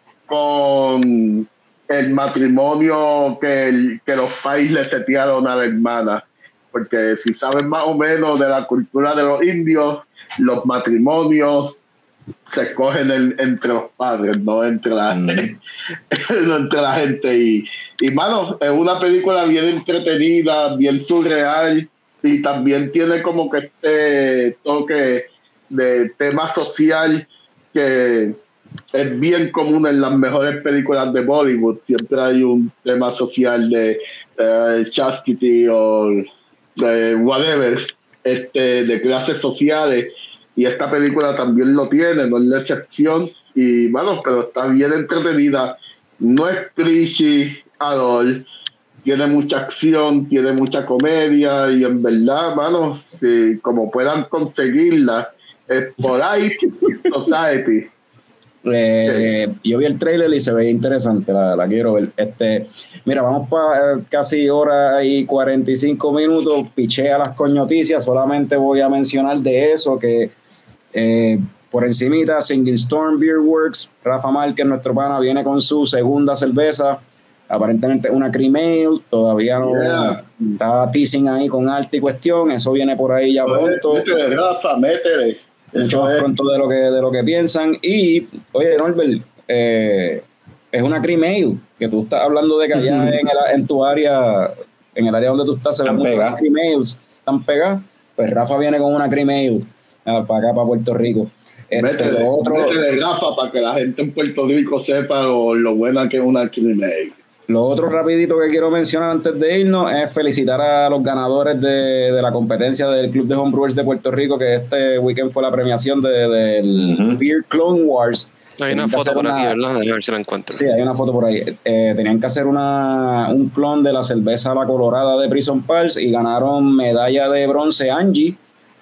con el matrimonio que, el, que los países le setearon a la hermana, porque si saben más o menos de la cultura de los indios, los matrimonios se escogen el, entre los padres, no entre la, mm. no entre la gente. Y, y, mano, es una película bien entretenida, bien surreal, y también tiene como que este toque de tema social que es bien común en las mejores películas de Bollywood. Siempre hay un tema social de uh, chastity o uh, whatever, este, de clases sociales. Y esta película también lo tiene, no es la excepción. Y bueno, pero está bien entretenida. No es preachy at all. Tiene mucha acción, tiene mucha comedia. Y en verdad, mano, si como puedan conseguirla, es Polite Society. Eh, sí. Yo vi el trailer y se veía interesante, la, la quiero ver. Este, mira, vamos para casi hora y cuarenta y cinco minutos. Piché a las coñoticias, solamente voy a mencionar de eso que eh, por encimita, Singing Storm Beer Works, Rafa Márquez, nuestro pana, viene con su segunda cerveza, aparentemente una cream ale, todavía no yeah. está teasing ahí con arte y cuestión, eso viene por ahí ya pronto. Métele, Rafa, métele. Mucho más pronto de lo que de lo que piensan. Y oye, Norbert, eh, es una cream ale, que tú estás hablando de que allá en, el, en tu área, en el área donde tú estás, se ven muchas cream ales, están pegadas. Pues Rafa viene con una cream ale uh, para acá, para Puerto Rico. Este, métele, otro, métele, Rafa, para que la gente en Puerto Rico sepa lo, lo buena que es una cream ale. Lo otro rapidito que quiero mencionar antes de irnos es felicitar a los ganadores de, de la competencia del Club de Homebrewers de Puerto Rico, que este weekend fue la premiación del de, de uh-huh. Beer Clone Wars. Hay una foto por una, aquí, ¿verdad? A ver si la encuentro. Sí, hay una foto por ahí. Eh, tenían que hacer una, un clon de la cerveza La Colorada de Prison Pals y ganaron medalla de bronce Angie,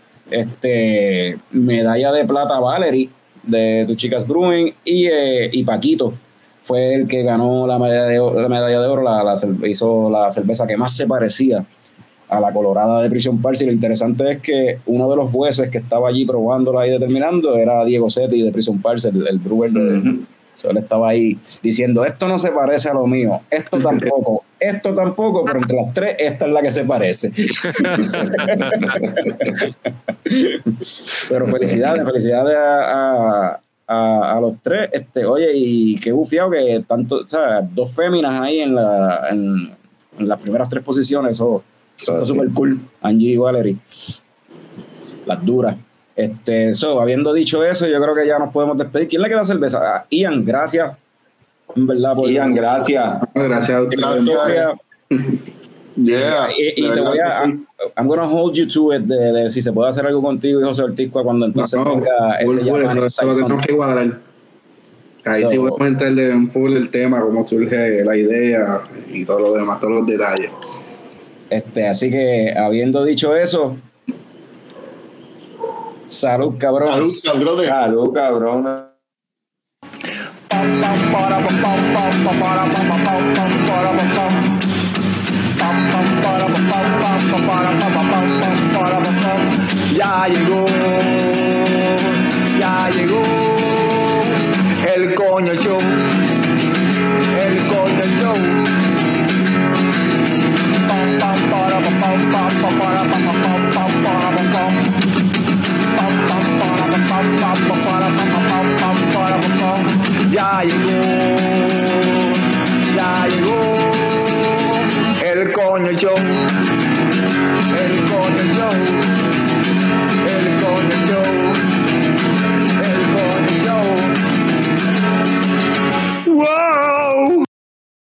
este, medalla de plata Valerie de Tu Chicas Brewing y, eh, y Paquito fue el que ganó la medalla de oro, la medalla de oro la, la, hizo la cerveza que más se parecía a la Colorada de Prison Pals. Y lo interesante es que uno de los jueces que estaba allí probándola y determinando era Diego Setti de Prison Pals, el, el brewer de, uh-huh. o sea, él estaba ahí diciendo, esto no se parece a lo mío, esto tampoco, esto tampoco, pero entre las tres esta es la que se parece. Pero felicidades, felicidades a, a, a, a los tres. Este, oye, y qué bufiado que tanto, o sea, dos féminas ahí en, la, en, en las primeras tres posiciones. Eso está súper cool. Angie y Valerie. Las duras. Este, so, habiendo dicho eso, yo creo que ya nos podemos despedir. ¿Quién le queda cerveza? Ah, Ian, gracias. En verdad, por Ian, gracias. Gracias a ustedes. Gracias. Yeah. Y, y te voy a, I'm gonna hold you to it de, de si se puede hacer algo contigo y José Ortiz cuando entonces No, no, tenga ese full, full, eso, eso es lo que tenemos que cuadrar. Ahí So, sí podemos entrarle en full el tema, cómo surge la idea y todo lo demás, todos los detalles. Este, así que habiendo dicho eso, salud, cabrón. Salud, cabrón. Salud, cabrón. Ya llegó, ya llegó el coño show, el coño show. Pam pam para pam pam pam para pam pam pam pam para pam pam. Pam pam para pam pam pam para pam pam pam para pam pam. Ya llegó, ya llegó el coño show.